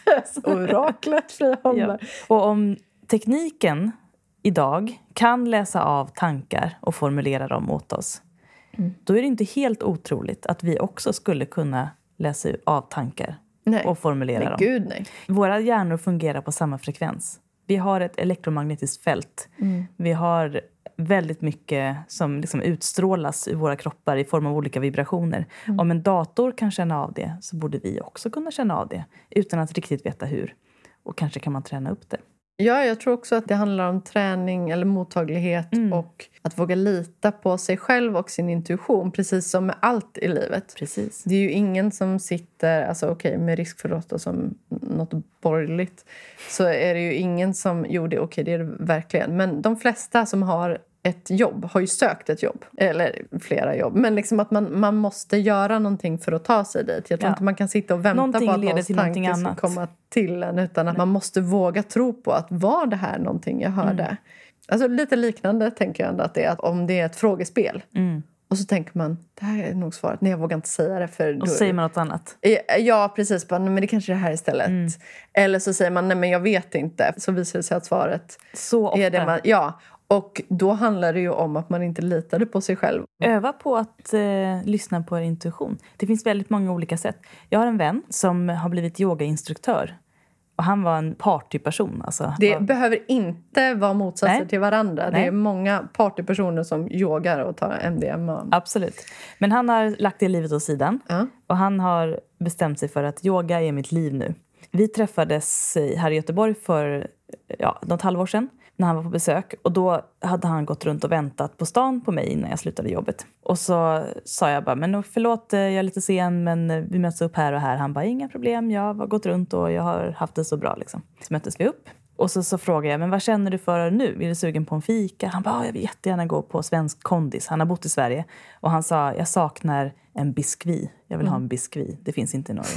Oraklet Freja Holmberg. Ja. Och om tekniken idag kan läsa av tankar och formulera dem åt oss, då är det inte helt otroligt att vi också skulle kunna läsa av tankar och formulera dem. Gud, nej. Våra hjärnor fungerar på samma frekvens. Vi har ett elektromagnetiskt fält. Vi har väldigt mycket som liksom utstrålas i våra kroppar i form av olika vibrationer. Om en dator kan känna av det så borde vi också kunna känna av det utan att riktigt veta hur. Och kanske kan man träna upp det. Ja, jag tror också att det handlar om träning eller mottaglighet och att våga lita på sig själv och sin intuition, precis som med allt i livet. Precis. Det är ju ingen som sitter, alltså med risk för att låta som något borgerligt, så är det ju ingen som, det är det verkligen. Men de flesta som har ett jobb har ju sökt ett jobb, eller flera jobb. Men liksom att man måste göra någonting för att ta sig dit. Jag tror inte man kan sitta och vänta på att någons tanke ska komma till en. Utan att man måste våga tro på att var det här någonting jag hörde. Alltså lite liknande tänker jag ändå att det är. Att om det är ett frågespel. Och så tänker man, det här är nog svaret. Nej, jag vågar inte säga det. För då, och säger man något annat. Ja, precis. Men det kanske är det här istället. Eller så säger man, nej men jag vet inte. Så visar det sig att svaret så ofta. Är det man... Ja. Och då handlar det ju om att man inte litade på sig själv. Öva på att lyssna på er intuition. Det finns väldigt många olika sätt. Jag har en vän som har blivit yogainstruktör. Och han var en partyperson. Alltså, det behöver inte vara motsatser till varandra. Nej. Det är många partypersoner som yogar och tar MDMA. Absolut. Men han har lagt det livet åt sidan. Och han har bestämt sig för att yoga är mitt liv nu. Vi träffades här i Göteborg för något halvår sedan. När han var på besök. Och då hade han gått runt och väntat på stan på mig innan jag slutade jobbet. Och så sa jag bara, men förlåt, jag är lite sen men vi möts upp här och här. Han bara, inga problem, jag har gått runt och jag har haft det så bra liksom. Så möttes vi upp. Och så frågade jag, men vad känner du för nu? Är du sugen på en fika? Han bara, jag vill jättegärna gå på svensk kondis. Han har bott i Sverige. Och han sa, jag saknar en biskvi. Jag vill ha en biskvi. Det finns inte i Norge.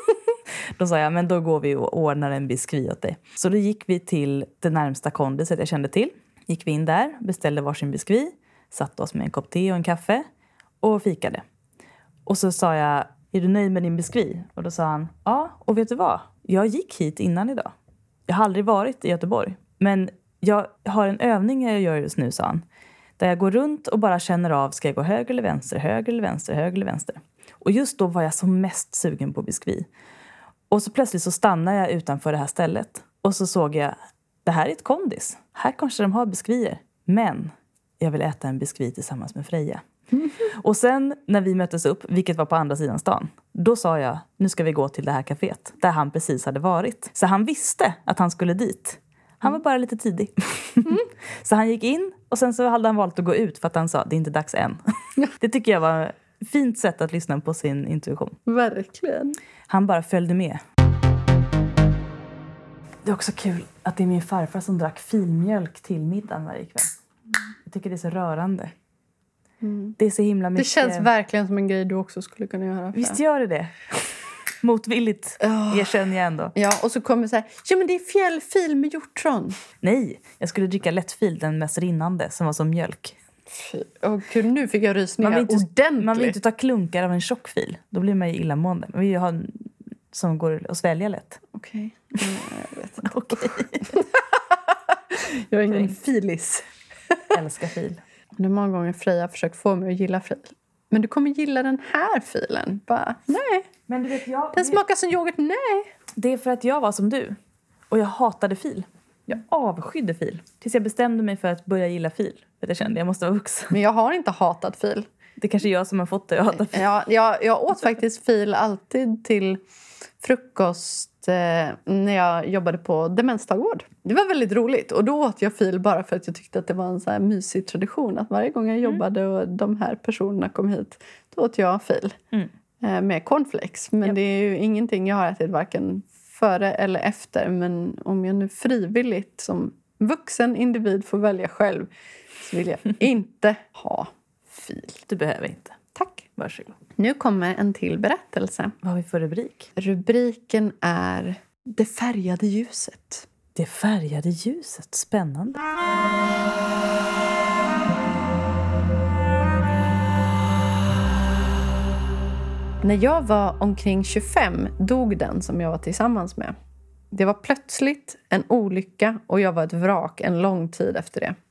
Då sa jag, men då går vi och ordnar en biskvi åt dig. Så då gick vi till det närmsta kondiset jag kände till. Gick vi in där, beställde varsin biskvi. Satt oss med en kopp te och en kaffe. Och fikade. Och så sa jag, är du nöjd med din biskvi? Och då sa han, ja, och vet du vad? Jag gick hit innan idag. Jag har aldrig varit i Göteborg. Men jag har en övning jag gör just nu, sa han. Där jag går runt och bara känner av, ska jag gå höger eller vänster, höger eller vänster, höger eller vänster. Och just då var jag som mest sugen på biskvi. Och så plötsligt så stannade jag utanför det här stället. Och så såg jag, det här är ett kondis. Här kanske de har biskvier. Men jag vill äta en biskvi tillsammans med Freja. Och sen när vi möttes upp, vilket var på andra sidan stan. Då sa jag, nu ska vi gå till det här kaféet. Där han precis hade varit. Så han visste att han skulle dit. Han var bara lite tidig. Så han gick in och sen så hade han valt att gå ut. För att han sa, det är inte dags än. Det tycker jag var ett fint sätt att lyssna på sin intuition. Verkligen. Han bara följde med. Det är också kul att det är min farfar som drack filmjölk till middagen varje kväll. Jag tycker det är så rörande. Det är så himla mycket... Det känns verkligen som en grej du också skulle kunna göra. Visst gör det. Motvilligt, erkänner jag ändå. Ja, och så kommer så här, ja men det är fjällfil med hjortron. Nej, jag skulle dricka lättfil, den mest rinnande, som var som mjölk. Gud, nu fick jag rysningar ordentligt. Man vill inte ta klunkar av en tjock fil. Då blir man ju illamående. Man vill ju ha en som går att svälja lätt. Okej. Jag vet inte. Okej. Jag är ingen filis. Jag älskar fil. Det är många gånger Freja har försökt få mig att gilla fil. Men du kommer gilla den här filen. Bara, nej. Men du vet, den smakar som yoghurt, nej. Det är för att jag var som du. Och jag hatade fil. Jag avskydde fil. Tills jag bestämde mig för att börja gilla fil. För jag kände att jag måste vara vuxen. Men jag har inte hatat fil. Det är kanske jag som har fått det att hata fil. Ja, jag åt faktiskt fil alltid till frukost när jag jobbade på demensdagvård. Det var väldigt roligt. Och då åt jag fil bara för att jag tyckte att det var en så här mysig tradition. Att varje gång jag jobbade och de här personerna kom hit, då åt jag fil. Med cornflakes. Men det är ju ingenting jag har ätit varken före eller efter. Men om jag nu frivilligt som vuxen individ får välja själv, så vill jag inte ha fil. Du behöver inte. Tack. Varsågod. Nu kommer en till berättelse. Vad har vi för rubrik? Rubriken är Det färgade ljuset. Det färgade ljuset. Spännande. När jag var omkring 25 dog den som jag var tillsammans med. Det var plötsligt en olycka och jag var ett vrak en lång tid efter det.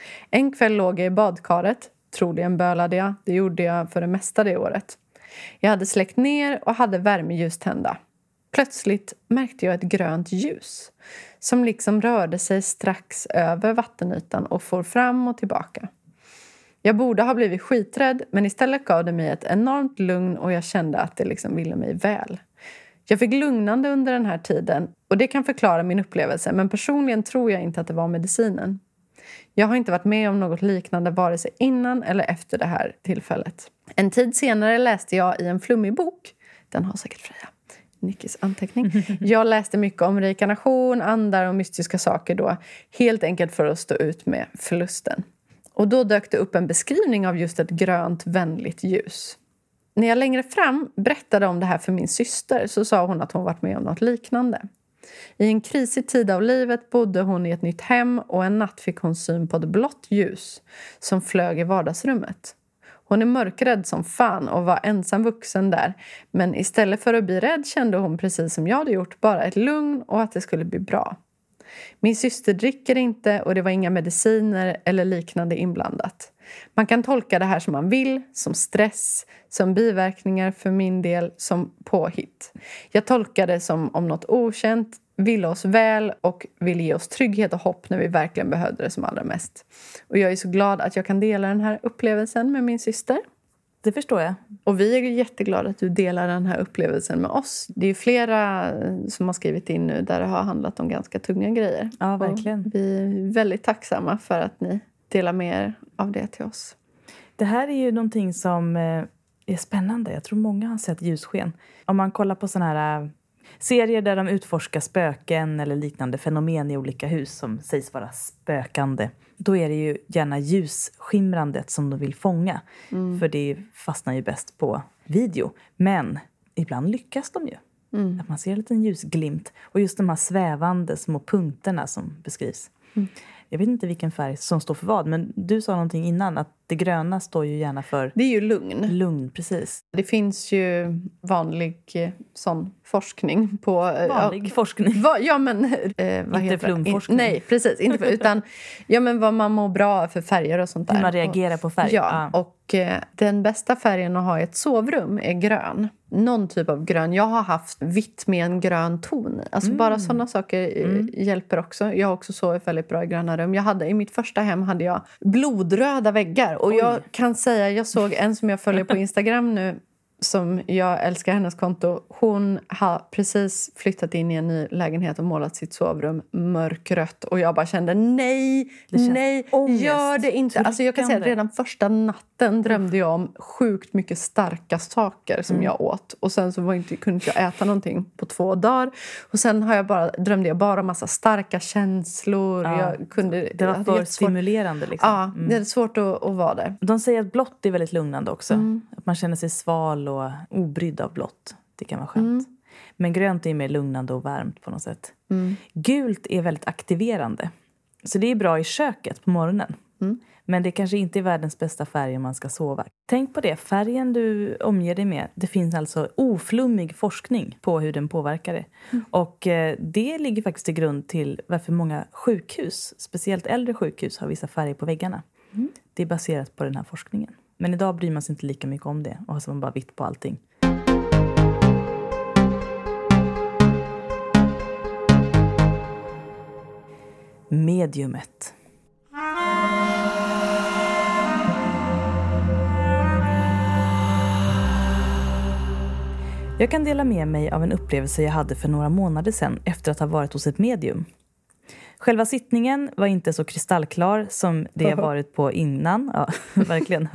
En kväll låg jag i badkaret. Troligen bölade jag. Det gjorde jag för det mesta det året. Jag hade släckt ner och hade värmeljus tända. Plötsligt märkte jag ett grönt ljus som liksom rörde sig strax över vattenytan och for fram och tillbaka. Jag borde ha blivit skiträdd, men istället gav det mig ett enormt lugn och jag kände att det liksom ville mig väl. Jag fick lugnande under den här tiden och det kan förklara min upplevelse, men personligen tror jag inte att det var medicinen. Jag har inte varit med om något liknande vare sig innan eller efter det här tillfället. En tid senare läste jag i en flummig bok, den har säkert Freja, Nickis anteckning. Jag läste mycket om reinkarnation, andar och mystiska saker då, helt enkelt för att stå ut med förlusten. Och då dök det upp en beskrivning av just ett grönt vänligt ljus. När jag längre fram berättade om det här för min syster så sa hon att hon varit med om något liknande. I en krisig tid av livet bodde hon i ett nytt hem och en natt fick hon syn på ett blått ljus som flög i vardagsrummet. Hon är mörkrädd som fan och var ensam vuxen där, men istället för att bli rädd kände hon precis som jag hade gjort bara ett lugn och att det skulle bli bra. Min syster dricker inte och det var inga mediciner eller liknande inblandat. Man kan tolka det här som man vill, som stress, som biverkningar för min del, som påhitt. Jag tolkar det som om något okänt ville oss väl och ville ge oss trygghet och hopp när vi verkligen behövde det som allra mest. Och jag är så glad att jag kan dela den här upplevelsen med min syster. Det förstår jag. Och vi är jätteglada att du delar den här upplevelsen med oss. Det är flera som har skrivit in nu där det har handlat om ganska tunga grejer. Ja, verkligen. Och vi är väldigt tacksamma för att ni delar med er av det till oss. Det här är ju någonting som är spännande. Jag tror många har sett ljussken. Om man kollar på såna här serier där de utforskar spöken eller liknande fenomen i olika hus som sägs vara spökande. Då är det ju gärna ljusskimrandet som de vill fånga. För det fastnar ju bäst på video. Men ibland lyckas de ju. Att man ser en liten ljusglimt. Och just de här svävande små punkterna som beskrivs. Jag vet inte vilken färg som står för vad. Men du sa någonting innan att det gröna står ju gärna för... Det är ju lugn. Lugn, precis. Det finns ju vanlig sån forskning på... Vanlig forskning? Ja, men... vad inte flumforskning? Nej, precis. Inte utan ja, men vad man mår bra av för färger och sånt där. Hur man reagerar på färg. Ja, och den bästa färgen att ha i ett sovrum är grön. Någon typ av grön. Jag har haft vitt med en grön ton. Alltså bara sådana saker hjälper också. Jag har också sovit väldigt bra i gröna rum. I mitt första hem hade jag blodröda väggar. Och jag kan säga, jag såg en som jag följer på Instagram nu. som jag älskar hennes konto. Hon har precis flyttat in i en ny lägenhet och målat sitt sovrum mörkrött. Och jag bara kände, nej, gör det inte. Alltså jag kan säga att redan första natten drömde jag om sjukt mycket starka saker som jag åt. Och sen så kunde inte jag äta någonting på 2 dagar. Och sen drömde jag bara massa starka känslor. Ja, det var för stimulerande liksom. Ja, det är svårt att vara där. De säger att blått är väldigt lugnande också. Att man känner sig sval och obrydd av blått. Det kan vara skönt. Men grönt är mer lugnande och varmt på något sätt. Gult är väldigt aktiverande. Så det är bra i köket på morgonen. Men det kanske inte är världens bästa färg om man ska sova. Tänk på det, färgen du omger dig med. Det finns alltså oflummig forskning på hur den påverkar det. Och det ligger faktiskt till grund till varför många sjukhus, speciellt äldre sjukhus, har vissa färger på väggarna. Det är baserat på den här forskningen. Men idag bryr man sig inte lika mycket om det. Och har man bara vitt på allting. Mediumet. Jag kan dela med mig av en upplevelse jag hade för några månader sedan efter att ha varit hos ett medium. Själva sittningen var inte så kristallklar som det jag varit på innan. Ja, verkligen.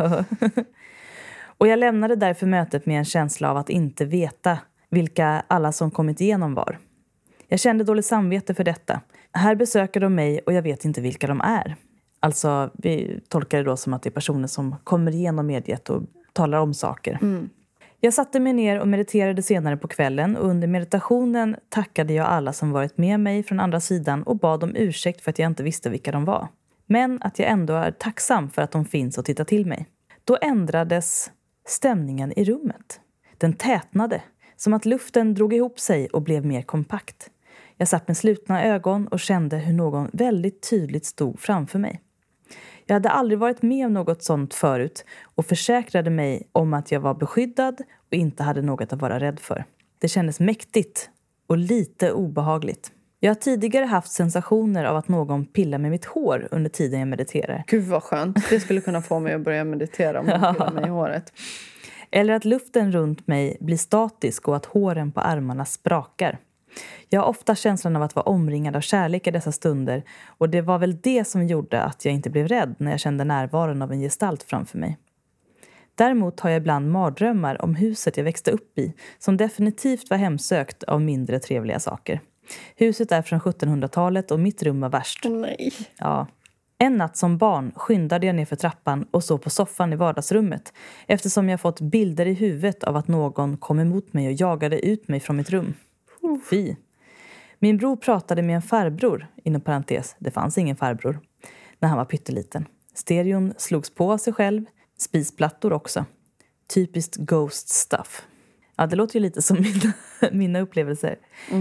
Och jag lämnade därför mötet med en känsla av att inte veta vilka alla som kommit igenom var. Jag kände dåligt samvete för detta. Här besöker de mig och jag vet inte vilka de är. Alltså, vi tolkar det då som att det är personer som kommer igenom mediet och talar om saker. Jag satte mig ner och mediterade senare på kvällen och under meditationen tackade jag alla som varit med mig från andra sidan och bad om ursäkt för att jag inte visste vilka de var. Men att jag ändå är tacksam för att de finns och tittar till mig. Då ändrades stämningen i rummet. Den tätnade, som att luften drog ihop sig och blev mer kompakt. Jag satt med slutna ögon och kände hur någon väldigt tydligt stod framför mig. Jag hade aldrig varit med om något sånt förut och försäkrade mig om att jag var beskyddad och inte hade något att vara rädd för. Det kändes mäktigt och lite obehagligt. Jag har tidigare haft sensationer av att någon pillar med mitt hår under tiden jag mediterar. Gud vad skönt. Det skulle kunna få mig att börja meditera om man pillar mig i håret. Eller att luften runt mig blir statisk och att håren på armarna sprakar. Jag har ofta känslan av att vara omringad av kärlek i dessa stunder och det var väl det som gjorde att jag inte blev rädd när jag kände närvaron av en gestalt framför mig. Däremot har jag ibland mardrömmar om huset jag växte upp i som definitivt var hemsökt av mindre trevliga saker. Huset är från 1700-talet och mitt rum var värst. Nej. Ja. En natt som barn skyndade jag ner för trappan och så på soffan i vardagsrummet eftersom jag fått bilder i huvudet av att någon kom emot mig och jagade ut mig från mitt rum. Fy. Min bror pratade med en farbror, inom parentes, det fanns ingen farbror, när han var pytteliten. Stereon slogs på av sig själv, spisplattor också. Typiskt ghost stuff. Ja, det låter ju lite som mina upplevelser.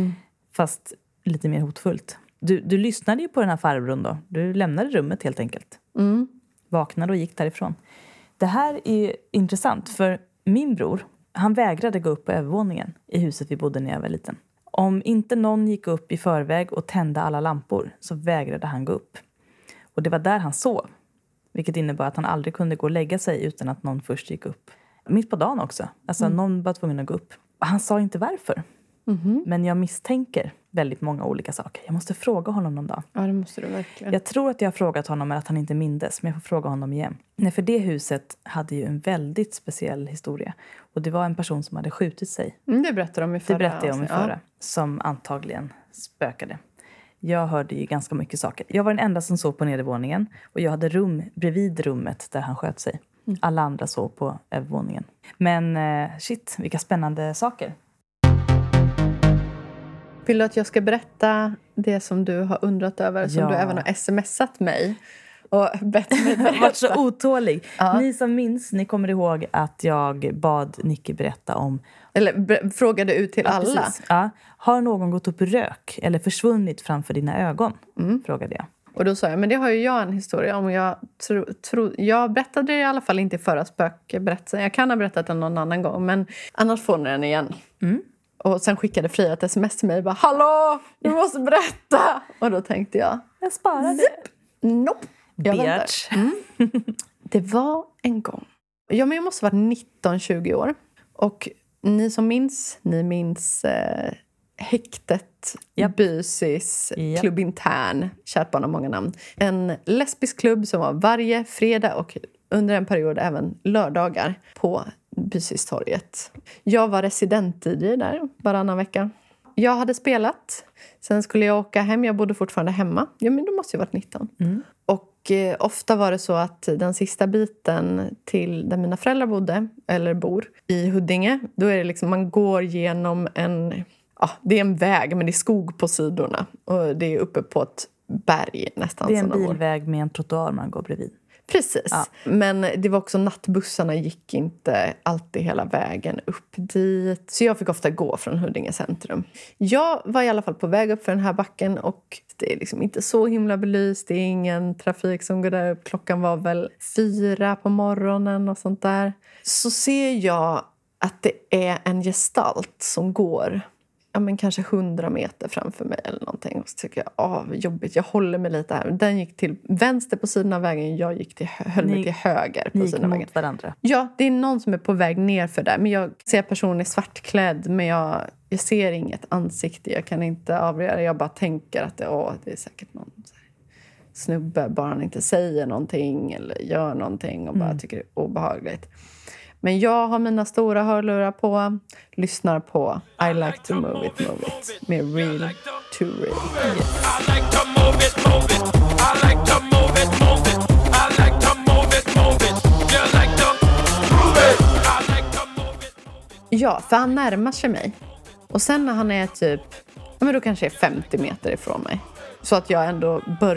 Fast lite mer hotfullt. Du lyssnade ju på den här farbrorn då. Du lämnade rummet helt enkelt. Vaknade och gick därifrån. Det här är intressant för min bror, han vägrade gå upp på övervåningen i huset vi bodde när jag var liten. Om inte någon gick upp i förväg och tände alla lampor så vägrade han gå upp. Och det var där han sov. Vilket innebar att han aldrig kunde gå och lägga sig utan att någon först gick upp. Mitt på dagen också. Alltså någon var tvungen att gå upp. Och han sa inte varför. Men jag misstänker väldigt många olika saker. Jag måste fråga honom någon dag. Ja, det måste du verkligen. Jag tror att jag har frågat honom men att han inte mindes. Men jag får fråga honom igen. Nej, för det huset hade ju en väldigt speciell historia. Och det var en person som hade skjutit sig. Det berättade de i förra. Det berättade jag om i förra. Som antagligen spökade. Jag hörde ju ganska mycket saker. Jag var den enda som sov på nedervåningen. Och jag hade rum bredvid rummet där han sköt sig. Alla andra sov på övervåningen. Men shit, vilka spännande saker. Vill du att jag ska berätta det som du har undrat över? Som du även har smsat mig. Och bett mig berätta. Jag har varit så otålig. Ja. Ni som minns, ni kommer ihåg att jag bad Nicky berätta om... Eller frågade ut till alla. Precis. Ja. Har någon gått upp i rök eller försvunnit framför dina ögon? Frågade jag. Och då sa jag, men det har ju jag en historia om. Jag berättade det i alla fall inte i förra spökberättelsen. Jag kan ha berättat den någon annan gång. Men annars får ni den igen. Och sen skickade Freja ett sms till mig och bara, hallå, du måste berätta. Och då tänkte jag sparar det. Nope. Jag väntar. Det var en gång. Ja, men jag måste vara 19-20 år. Och ni som minns, häktet, Bysis, Klubb Intern, kärt barn har många namn. En lesbisk klubb som var varje fredag och under en period även lördagar på Bysistorget. Jag var resident-DJ där varannan vecka. Jag hade spelat, sen skulle jag åka hem, jag bodde fortfarande hemma. Ja, men då måste jag varit 19. Och ofta var det så att den sista biten till där mina föräldrar bodde, eller bor, i Huddinge, då är det liksom, man går genom det är en väg, men det är skog på sidorna. Och det är uppe på ett berg nästan. Det är en bilväg med en trottoar man går bredvid. Precis. Ja. Men det var också nattbussarna gick inte alltid hela vägen upp dit. Så jag fick ofta gå från Huddinge centrum. Jag var i alla fall på väg upp för den här backen och det är liksom inte så himla belyst. Det är ingen trafik som går där upp. Klockan var väl 4 på morgonen och sånt där. Så ser jag att det är en gestalt som går kanske 100 meter framför mig eller någonting. Och så tycker jag, jobbigt, jag håller mig lite här. Den gick till vänster på sidan av vägen, jag höll mig till höger på sidan av vägen. Mot varandra. Ja, det är någon som är på väg ner för där. Men jag ser personen i svartklädd, men jag ser inget ansikte. Jag kan inte avgöra. Jag bara tänker att det är säkert någon snubbe, bara han inte säger någonting eller gör någonting och bara tycker det är obehagligt. Men jag har mina stora hörlurar på, lyssnar på I like to move it med Real to Real. Yes. I like to move it. I like to move it. I like to move it. You like to move it. I like to move it. Ja, för han närmar sig mig. Och sen när han är typ, då kanske är 50 meter ifrån mig. Så att jag ändå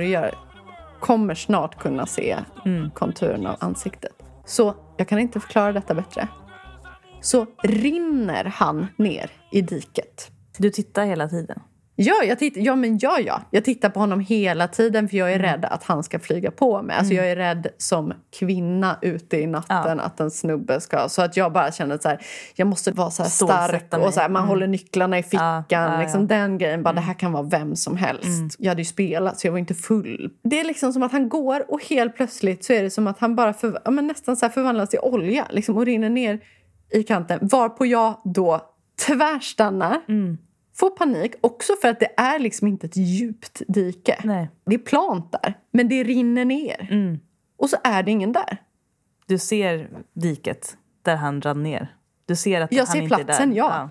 kommer snart kunna se konturen av ansiktet. Så jag kan inte förklara detta bättre. Så rinner han ner i diket. Du tittar hela tiden? Ja, jag tittar på honom hela tiden för jag är rädd att han ska flyga på mig. Alltså jag är rädd som kvinna ute i natten att en snubbe ska. Så att jag bara känner så här, jag måste vara så här stark och så här, man håller nycklarna i fickan. Liksom den grejen, bara det här kan vara vem som helst. Jag hade ju spelat så jag var inte full. Det är liksom som att han går och helt plötsligt så är det som att han bara nästan så här förvandlas till olja liksom, och rinner ner i kanten. Varpå jag då tvärstannar. Får panik också för att det är liksom inte ett djupt dike. Nej. Det är plant där, men det rinner ner. Och så är det ingen där. Du ser diket där han rann ner. Du ser att jag han ser inte platsen, är där. Ja.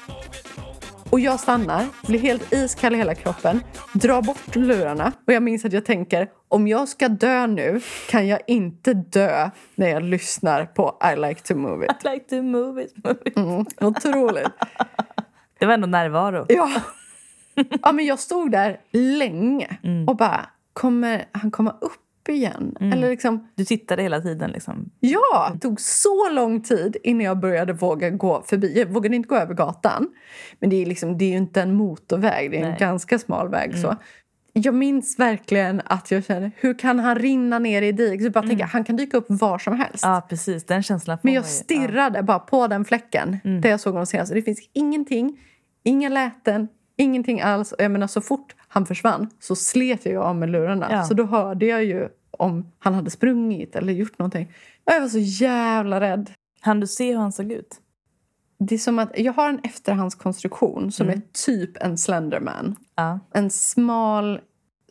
Och jag stannar, blir helt iskall i hela kroppen, drar bort lurarna. Och jag minns att jag tänker, om jag ska dö nu kan jag inte dö när jag lyssnar på I like to move it. I like to move it. Otroligt. Det var ändå närvaro. Ja. Ja, men jag stod där länge och bara, kommer han komma upp igen? Eller liksom, du tittade hela tiden liksom. Ja, det tog så lång tid innan jag började våga gå förbi. Jag vågade inte gå över gatan. Men det är ju inte en motorväg, det är en ganska smal väg så. Jag minns verkligen att jag kände, hur kan han rinna ner i dig? Så jag bara tänker, han kan dyka upp var som helst. Ja, precis. Den känslan får men jag stirrade bara på den fläcken där jag såg honom senast. Det finns ingenting, inga läten, ingenting alls. Och jag menar, så fort han försvann så slet jag av med lurarna. Ja. Så då hörde jag ju om han hade sprungit eller gjort någonting. Jag var så jävla rädd. Han du se hur han såg ut? Det är som att jag har en efterhandskonstruktion som är typ en Slenderman. Ja. En smal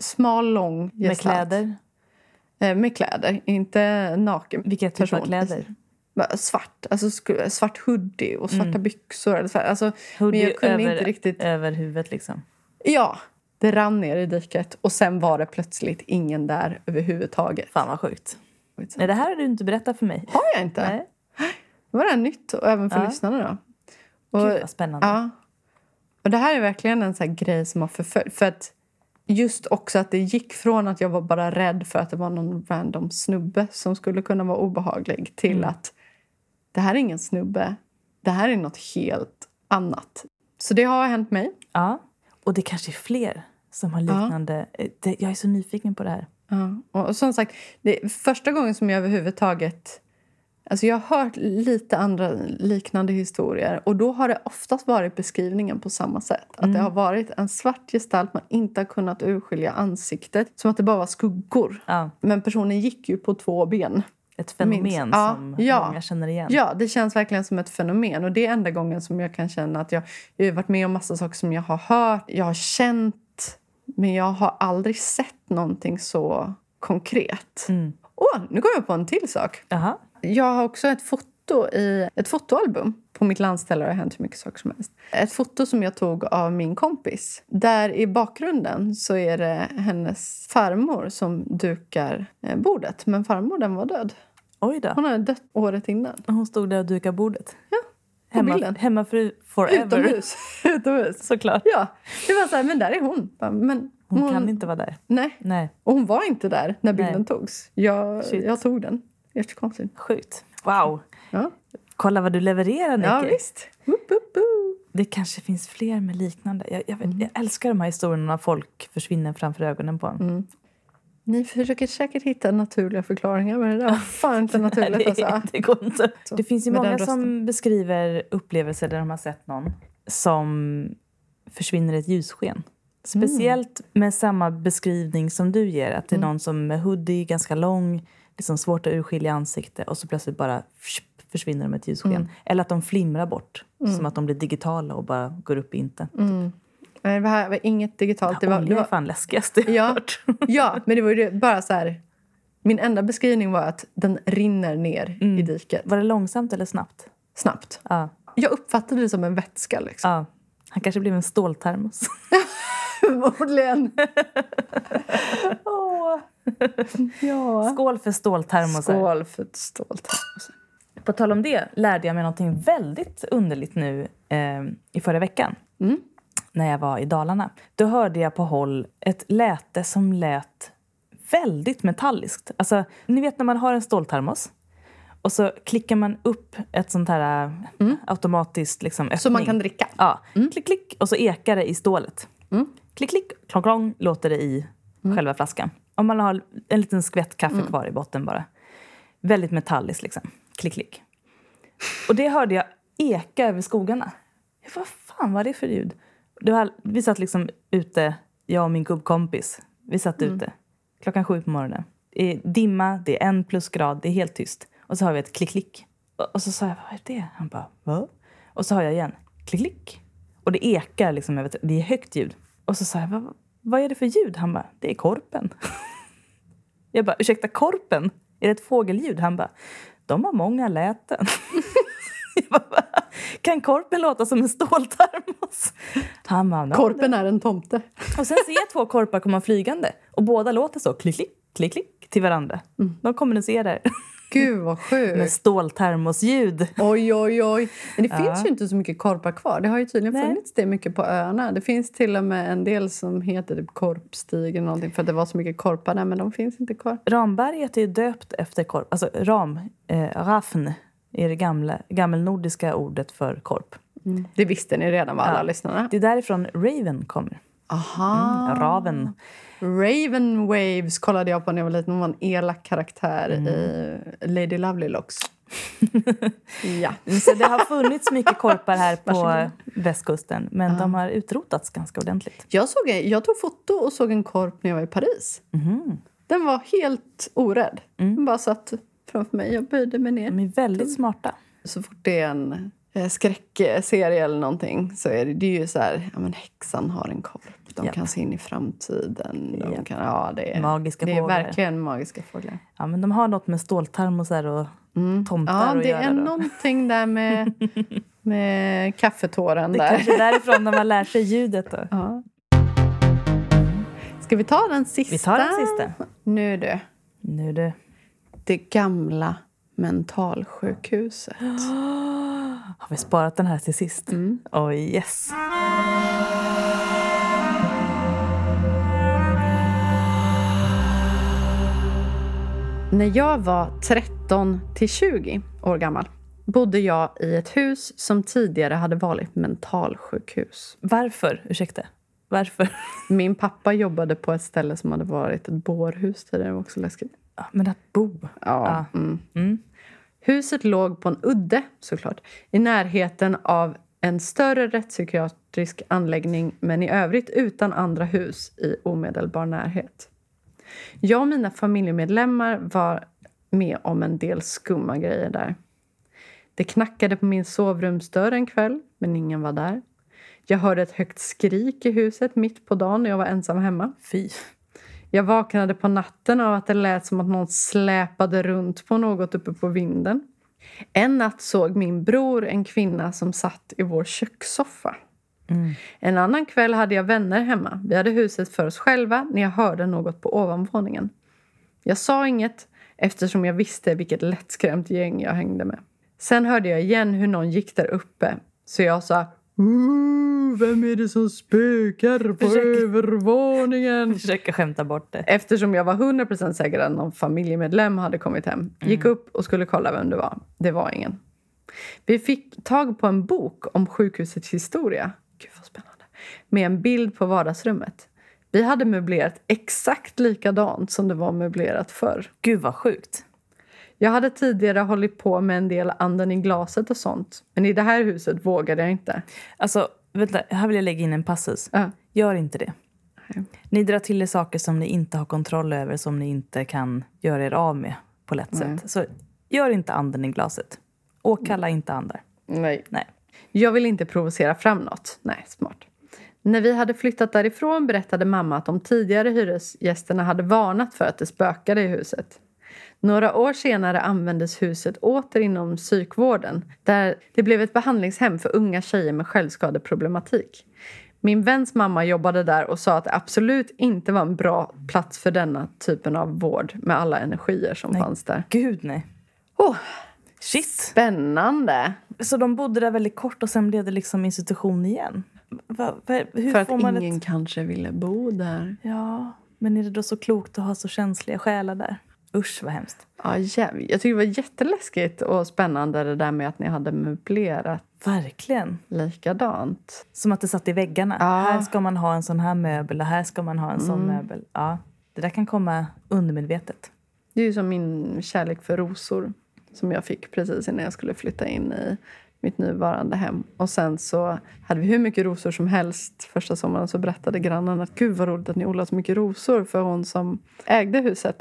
lång gestalt. Med kläder? Med kläder, inte naken. Vilka typ av kläder? Svart, alltså svart hoodie och svarta byxor. Alltså, hoodie men jag kunde inte riktigt... över huvudet liksom? Ja, det rann ner i diket. Och sen var det plötsligt ingen där överhuvudtaget. Fan vad sjukt. Nej, det här har du inte berättat för mig. Har jag inte? Nej. Det var det nytt, och även för lyssnarna då. Och, gud vad spännande. Ja. Och det här är verkligen en sån här grej som har förföljt. För att just också att det gick från att jag var bara rädd för att det var någon random snubbe som skulle kunna vara obehaglig till att det här är ingen snubbe. Det här är något helt annat. Så det har hänt mig. Ja, och det kanske är fler som har liknande. Ja. Jag är så nyfiken på det här. Ja, och som sagt, det är första gången som jag överhuvudtaget... Alltså jag har hört lite andra liknande historier. Och då har det oftast varit beskrivningen på samma sätt. Att det har varit en svart gestalt, man inte har kunnat urskilja ansiktet. Som att det bara var skuggor. Ja. Men personen gick ju på 2 ben. ett fenomen som många känner igen. Ja, det känns verkligen som ett fenomen. Och det är enda gången som jag kan känna att jag har varit med om massa saker som jag har hört. Jag har känt, men jag har aldrig sett någonting så konkret. Nu går jag på en till sak. Aha. Jag har också ett foto i ett fotoalbum. På mitt landställe har det hänt hur mycket saker som helst. Ett foto som jag tog av min kompis. Där i bakgrunden så är det hennes farmor som dukar bordet. Men farmor, den var död. Oj då. Hon hade dött året innan. Hon stod där och dukade bordet. Ja, på bilden. Hemmafru forever. Utomhus. Såklart. Ja, det var så här, men där är hon. Men hon kan inte vara där. Nej. Och hon var inte där när bilden togs. Shit. Jag tog den. Jättekonstigt. Sjukt. Wow. Ja. Kolla vad du levererar, Nicky. Ja, visst. Det kanske finns fler med liknande. Jag älskar de här historierna när folk försvinner framför ögonen på en. Ni försöker säkert hitta naturliga förklaringar, men det där var fan inte naturligt. Nej, det går inte. Det finns ju med många som beskriver upplevelser där de har sett någon som försvinner i ett ljussken. Speciellt med samma beskrivning som du ger. Att det är någon som är hoodie, ganska lång, liksom svårt att urskilja ansikte. Och så plötsligt bara försvinner de i ett ljussken. Eller att de flimrar bort. Som att de blir digitala och bara går upp i intet. Nej, det var inget digitalt. Det var fan läskigaste jag har hört. Ja, men det var ju bara så här. Min enda beskrivning var att den rinner ner i diket. Var det långsamt eller snabbt? Snabbt. Ja. Jag uppfattade det som en vätska liksom. Ja. Han kanske blev en ståltermos. Förmodligen. Ja. Skål för ståltermosar. Skål för ståltermosar. På tal om det lärde jag mig någonting väldigt underligt nu i förra veckan. När jag var i Dalarna. Då hörde jag på håll ett läte som lät väldigt metalliskt. Alltså, ni vet när man har en ståltermos. Och så klickar man upp ett sånt här automatiskt liksom, öppning. Så man kan dricka. Ja, klick, klick. Och så ekar det i stålet. Klick, klick, klong, klong låter det i själva flaskan. Om man har en liten skvätt kaffe kvar i botten bara. Väldigt metalliskt liksom. Klick, klick. Och det hörde jag eka över skogarna. Vad fan var det för ljud? Vi satt liksom ute, jag och min gubbkompis. Vi satt ute. 7:00 på morgonen. Det är dimma, det är 1 plusgrad, det är helt tyst. Och så har vi ett klick, klick. Och så sa jag, vad är det? Han bara, vad? Och så hör jag igen, klick, klick. Och det ekar liksom, det är högt ljud. Och så sa jag, vad är det för ljud? Han bara, det är korpen. Jag bara, ursäkta, korpen? Är det ett fågelljud? Han bara, de har många läten. Jag bara, kan korpen låta som en ståltermos? Han bara, korpen är en tomte. Och sen ser jag 2 korpar komma flygande. Och båda låter så, klick, klick, klick, klick till varandra. De kommunicerar. Gud vad sjukt. Med ståltermosljud. Oj. Men det finns ju inte så mycket korpar kvar. Det har ju tydligen funnits det mycket på öarna. Det finns till och med en del som heter typ korpstig eller någonting. För att det var så mycket korpar där, men de finns inte kvar. Ramberget är döpt efter korp. Alltså rafn är det gammelnordiska ordet för korp. Det visste ni redan, var alla lyssnarna. Det är därifrån Raven kommer. Aha. Raven. Raven Waves kollade jag på när jag var liten. Hon var en elak karaktär i Lady Lovely Locks. Ja. Så det har funnits mycket korpar här på västkusten. Men de har utrotats ganska ordentligt. Jag tog foto och såg en korp när jag var i Paris. Den var helt orädd. Den bara satt framför mig. Jag böjde mig ner. De är väldigt smarta. Så fort det är en skräckserie eller någonting så är det ju så här, ja men häxan har en korp. De kan se in i framtiden. Det är magiska fåglar. Det är verkligen magiska fåglar. Ja, men de har något med ståltermosar och tomtar att göra. Ja, det är någonting där med kaffetåren där. Det är kanske därifrån de har lärt sig ljudet då. Ja. Ska vi ta den sista? Vi tar den sista. Nu du. Det gamla mentalsjukhuset. Har vi sparat den här till sist? Yes. När jag var 13 till 20 år gammal bodde jag i ett hus som tidigare hade varit mentalsjukhus. Varför? Ursäkta. Varför? Min pappa jobbade på ett ställe som hade varit ett bårhus tidigare. Det var också läskigt. Ja, men att bo. Ja. Huset låg på en udde, såklart. I närheten av en större rättspsykiatrisk anläggning. Men i övrigt utan andra hus i omedelbar närhet. Jag och mina familjemedlemmar var med om en del skumma grejer där. Det knackade på min sovrumsdörr en kväll, men ingen var där. Jag hörde ett högt skrik i huset mitt på dagen när jag var ensam hemma. Fy. Jag vaknade på natten av att det lät som att någon släpade runt på något uppe på vinden. En natt såg min bror en kvinna som satt i vår kökssoffa. En annan kväll hade jag vänner hemma. Vi hade huset för oss själva när jag hörde något på ovanvåningen. Jag sa inget eftersom jag visste vilket lättskrämt gäng jag hängde med. Sen hörde jag igen hur någon gick där uppe. Så jag sa, vem är det som spökar på övervåningen? Försöka skämta bort det. Eftersom jag var 100% säker att någon familjemedlem hade kommit hem. Gick upp och skulle kolla vem det var. Det var ingen. Vi fick tag på en bok om sjukhusets historia. Gud vad spännande. Med en bild på vardagsrummet. Vi hade möblerat exakt likadant som det var möblerat förr. Gud vad sjukt. Jag hade tidigare hållit på med en del anden i glaset och sånt. Men i det här huset vågade jag inte. Alltså, vänta, här vill jag lägga in en passus. Gör inte det. Nej. Ni drar till er saker som ni inte har kontroll över, som ni inte kan göra er av med på lätt sätt. Så gör inte anden i glaset. Åkalla inte andar. Nej. Nej. Jag vill inte provocera fram något. Nej, smart. När vi hade flyttat därifrån berättade mamma att de tidigare hyresgästerna hade varnat för att det spökade i huset. Några år senare användes huset åter inom psykvården, där det blev ett behandlingshem för unga tjejer med självskadeproblematik. Min väns mamma jobbade där och sa att det absolut inte var en bra plats för denna typen av vård med alla energier som fanns där. Gud, nej. Shit. Spännande. Så de bodde där väldigt kort och sen blev det liksom institution igen? Hur för att får man ingen kanske ville bo där. Ja, men är det då så klokt att ha så känsliga själar där? Usch, vad hemskt. Ja, jag tycker det var jätteläskigt och spännande det där med att ni hade möblerat. Verkligen. Likadant. Som att det satt i väggarna. Ja. Här ska man ha en sån här möbel och här ska man ha en sån möbel. Ja, det där kan komma undermedvetet. Det är ju som min kärlek för rosor som jag fick precis innan jag skulle flytta in i mitt nuvarande hem. Och sen så hade vi hur mycket rosor som helst. Första sommaren så berättade grannen att gud vad roligt att ni odlar så mycket rosor för hon som ägde huset då.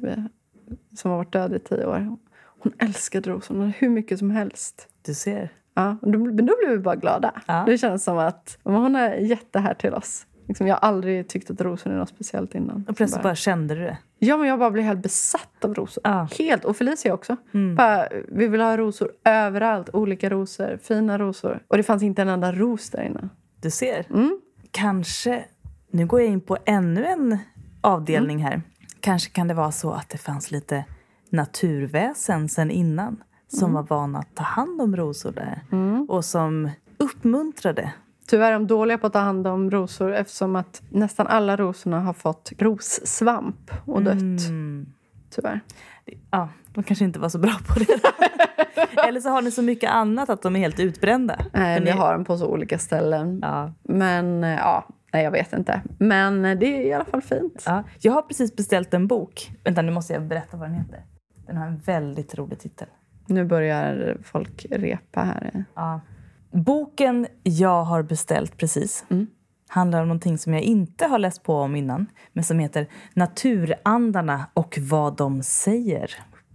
Som har varit död i 10 år. Hon älskade rosorna hur mycket som helst. Du ser. Ja, men då blev vi bara glada. Ja. Det känns som att hon är jättehär till oss. Liksom, jag har aldrig tyckt att rosor är något speciellt innan. Och plötsligt bara kände du det? Ja, men jag bara blev helt besatt av rosor. Ja. Helt. Och Felicia också. Bara, vi vill ha rosor överallt. Olika rosor. Fina rosor. Och det fanns inte en enda ros där inne. Du ser. Kanske, nu går jag in på ännu en avdelning här. Kanske kan det vara så att det fanns lite naturväsen sen innan. Som var vana att ta hand om rosor där. Och som uppmuntrade. Tyvärr är de dåliga på att ta hand om rosor eftersom att nästan alla rosorna har fått rossvamp och dött. Tyvärr. Ja, de kanske inte var så bra på det. Eller så har ni så mycket annat att de är helt utbrända. Nej, vi har dem på så olika ställen. Ja. Men ja, nej jag vet inte. Men det är i alla fall fint. Ja. Jag har precis beställt en bok. Vänta, nu måste jag berätta vad den heter. Den har en väldigt rolig titel. Nu börjar folk repa här. Ja. Boken jag har beställt precis handlar om någonting som jag inte har läst på om innan. Men som heter Naturandarna och vad de säger.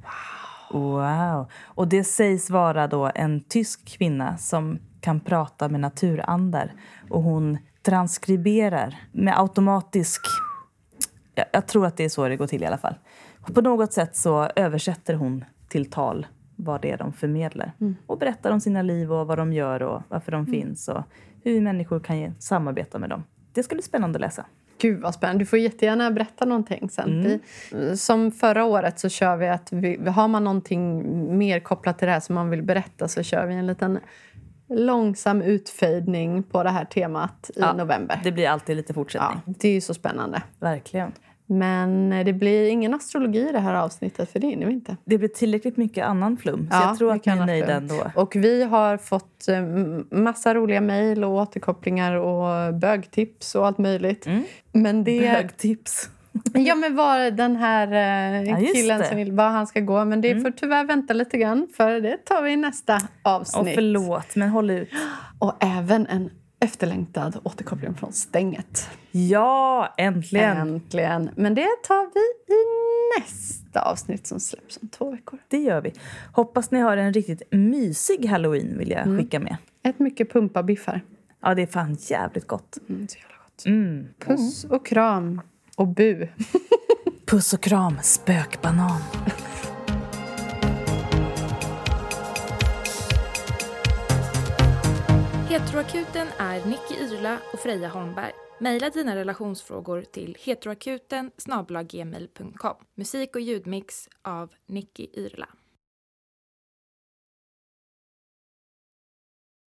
Wow. Och det sägs vara då en tysk kvinna som kan prata med naturandar. Och hon transkriberar med automatisk... Jag tror att det är så det går till i alla fall. På något sätt så översätter hon till tal vad det är de förmedlar. Och berättar om sina liv och vad de gör och varför de finns. Och hur människor kan samarbeta med dem. Det skulle bli spännande att läsa. Gud vad spännande. Du får jättegärna berätta någonting sen. Som förra året så kör vi att har man någonting mer kopplat till det här som man vill berätta så kör vi en liten långsam utfejdning på det här temat i november. Det blir alltid lite fortsättning. Ja, det är ju så spännande. Verkligen. Men det blir ingen astrologi i det här avsnittet för det är nu inte. Det blir tillräckligt mycket annan flum. Så jag tror att ni är nöjda ändå. Och vi har fått massa roliga mejl och återkopplingar och bögtips och allt möjligt. Men det... Bögtips. Ja, men var den här killen som vill var han ska gå. Men det får tyvärr vänta lite grann för det tar vi i nästa avsnitt. Och förlåt, men håll ut. Och även en efterlängtad återkoppling från stänget. Ja, äntligen. Äntligen. Men det tar vi i nästa avsnitt som släpps om 2 veckor. Det gör vi. Hoppas ni har en riktigt mysig Halloween, vill jag skicka med. Ett mycket pumpabiffar. Ja, det är fan jävligt gott. Så jävla gott. Puss och kram och bu. Puss och kram, spökbanan. Heteroakuten är Nicky Yrla och Freja Holmberg. Maila dina relationsfrågor till heteroakuten@gmail.com. Musik och ljudmix av Nicky Yrla.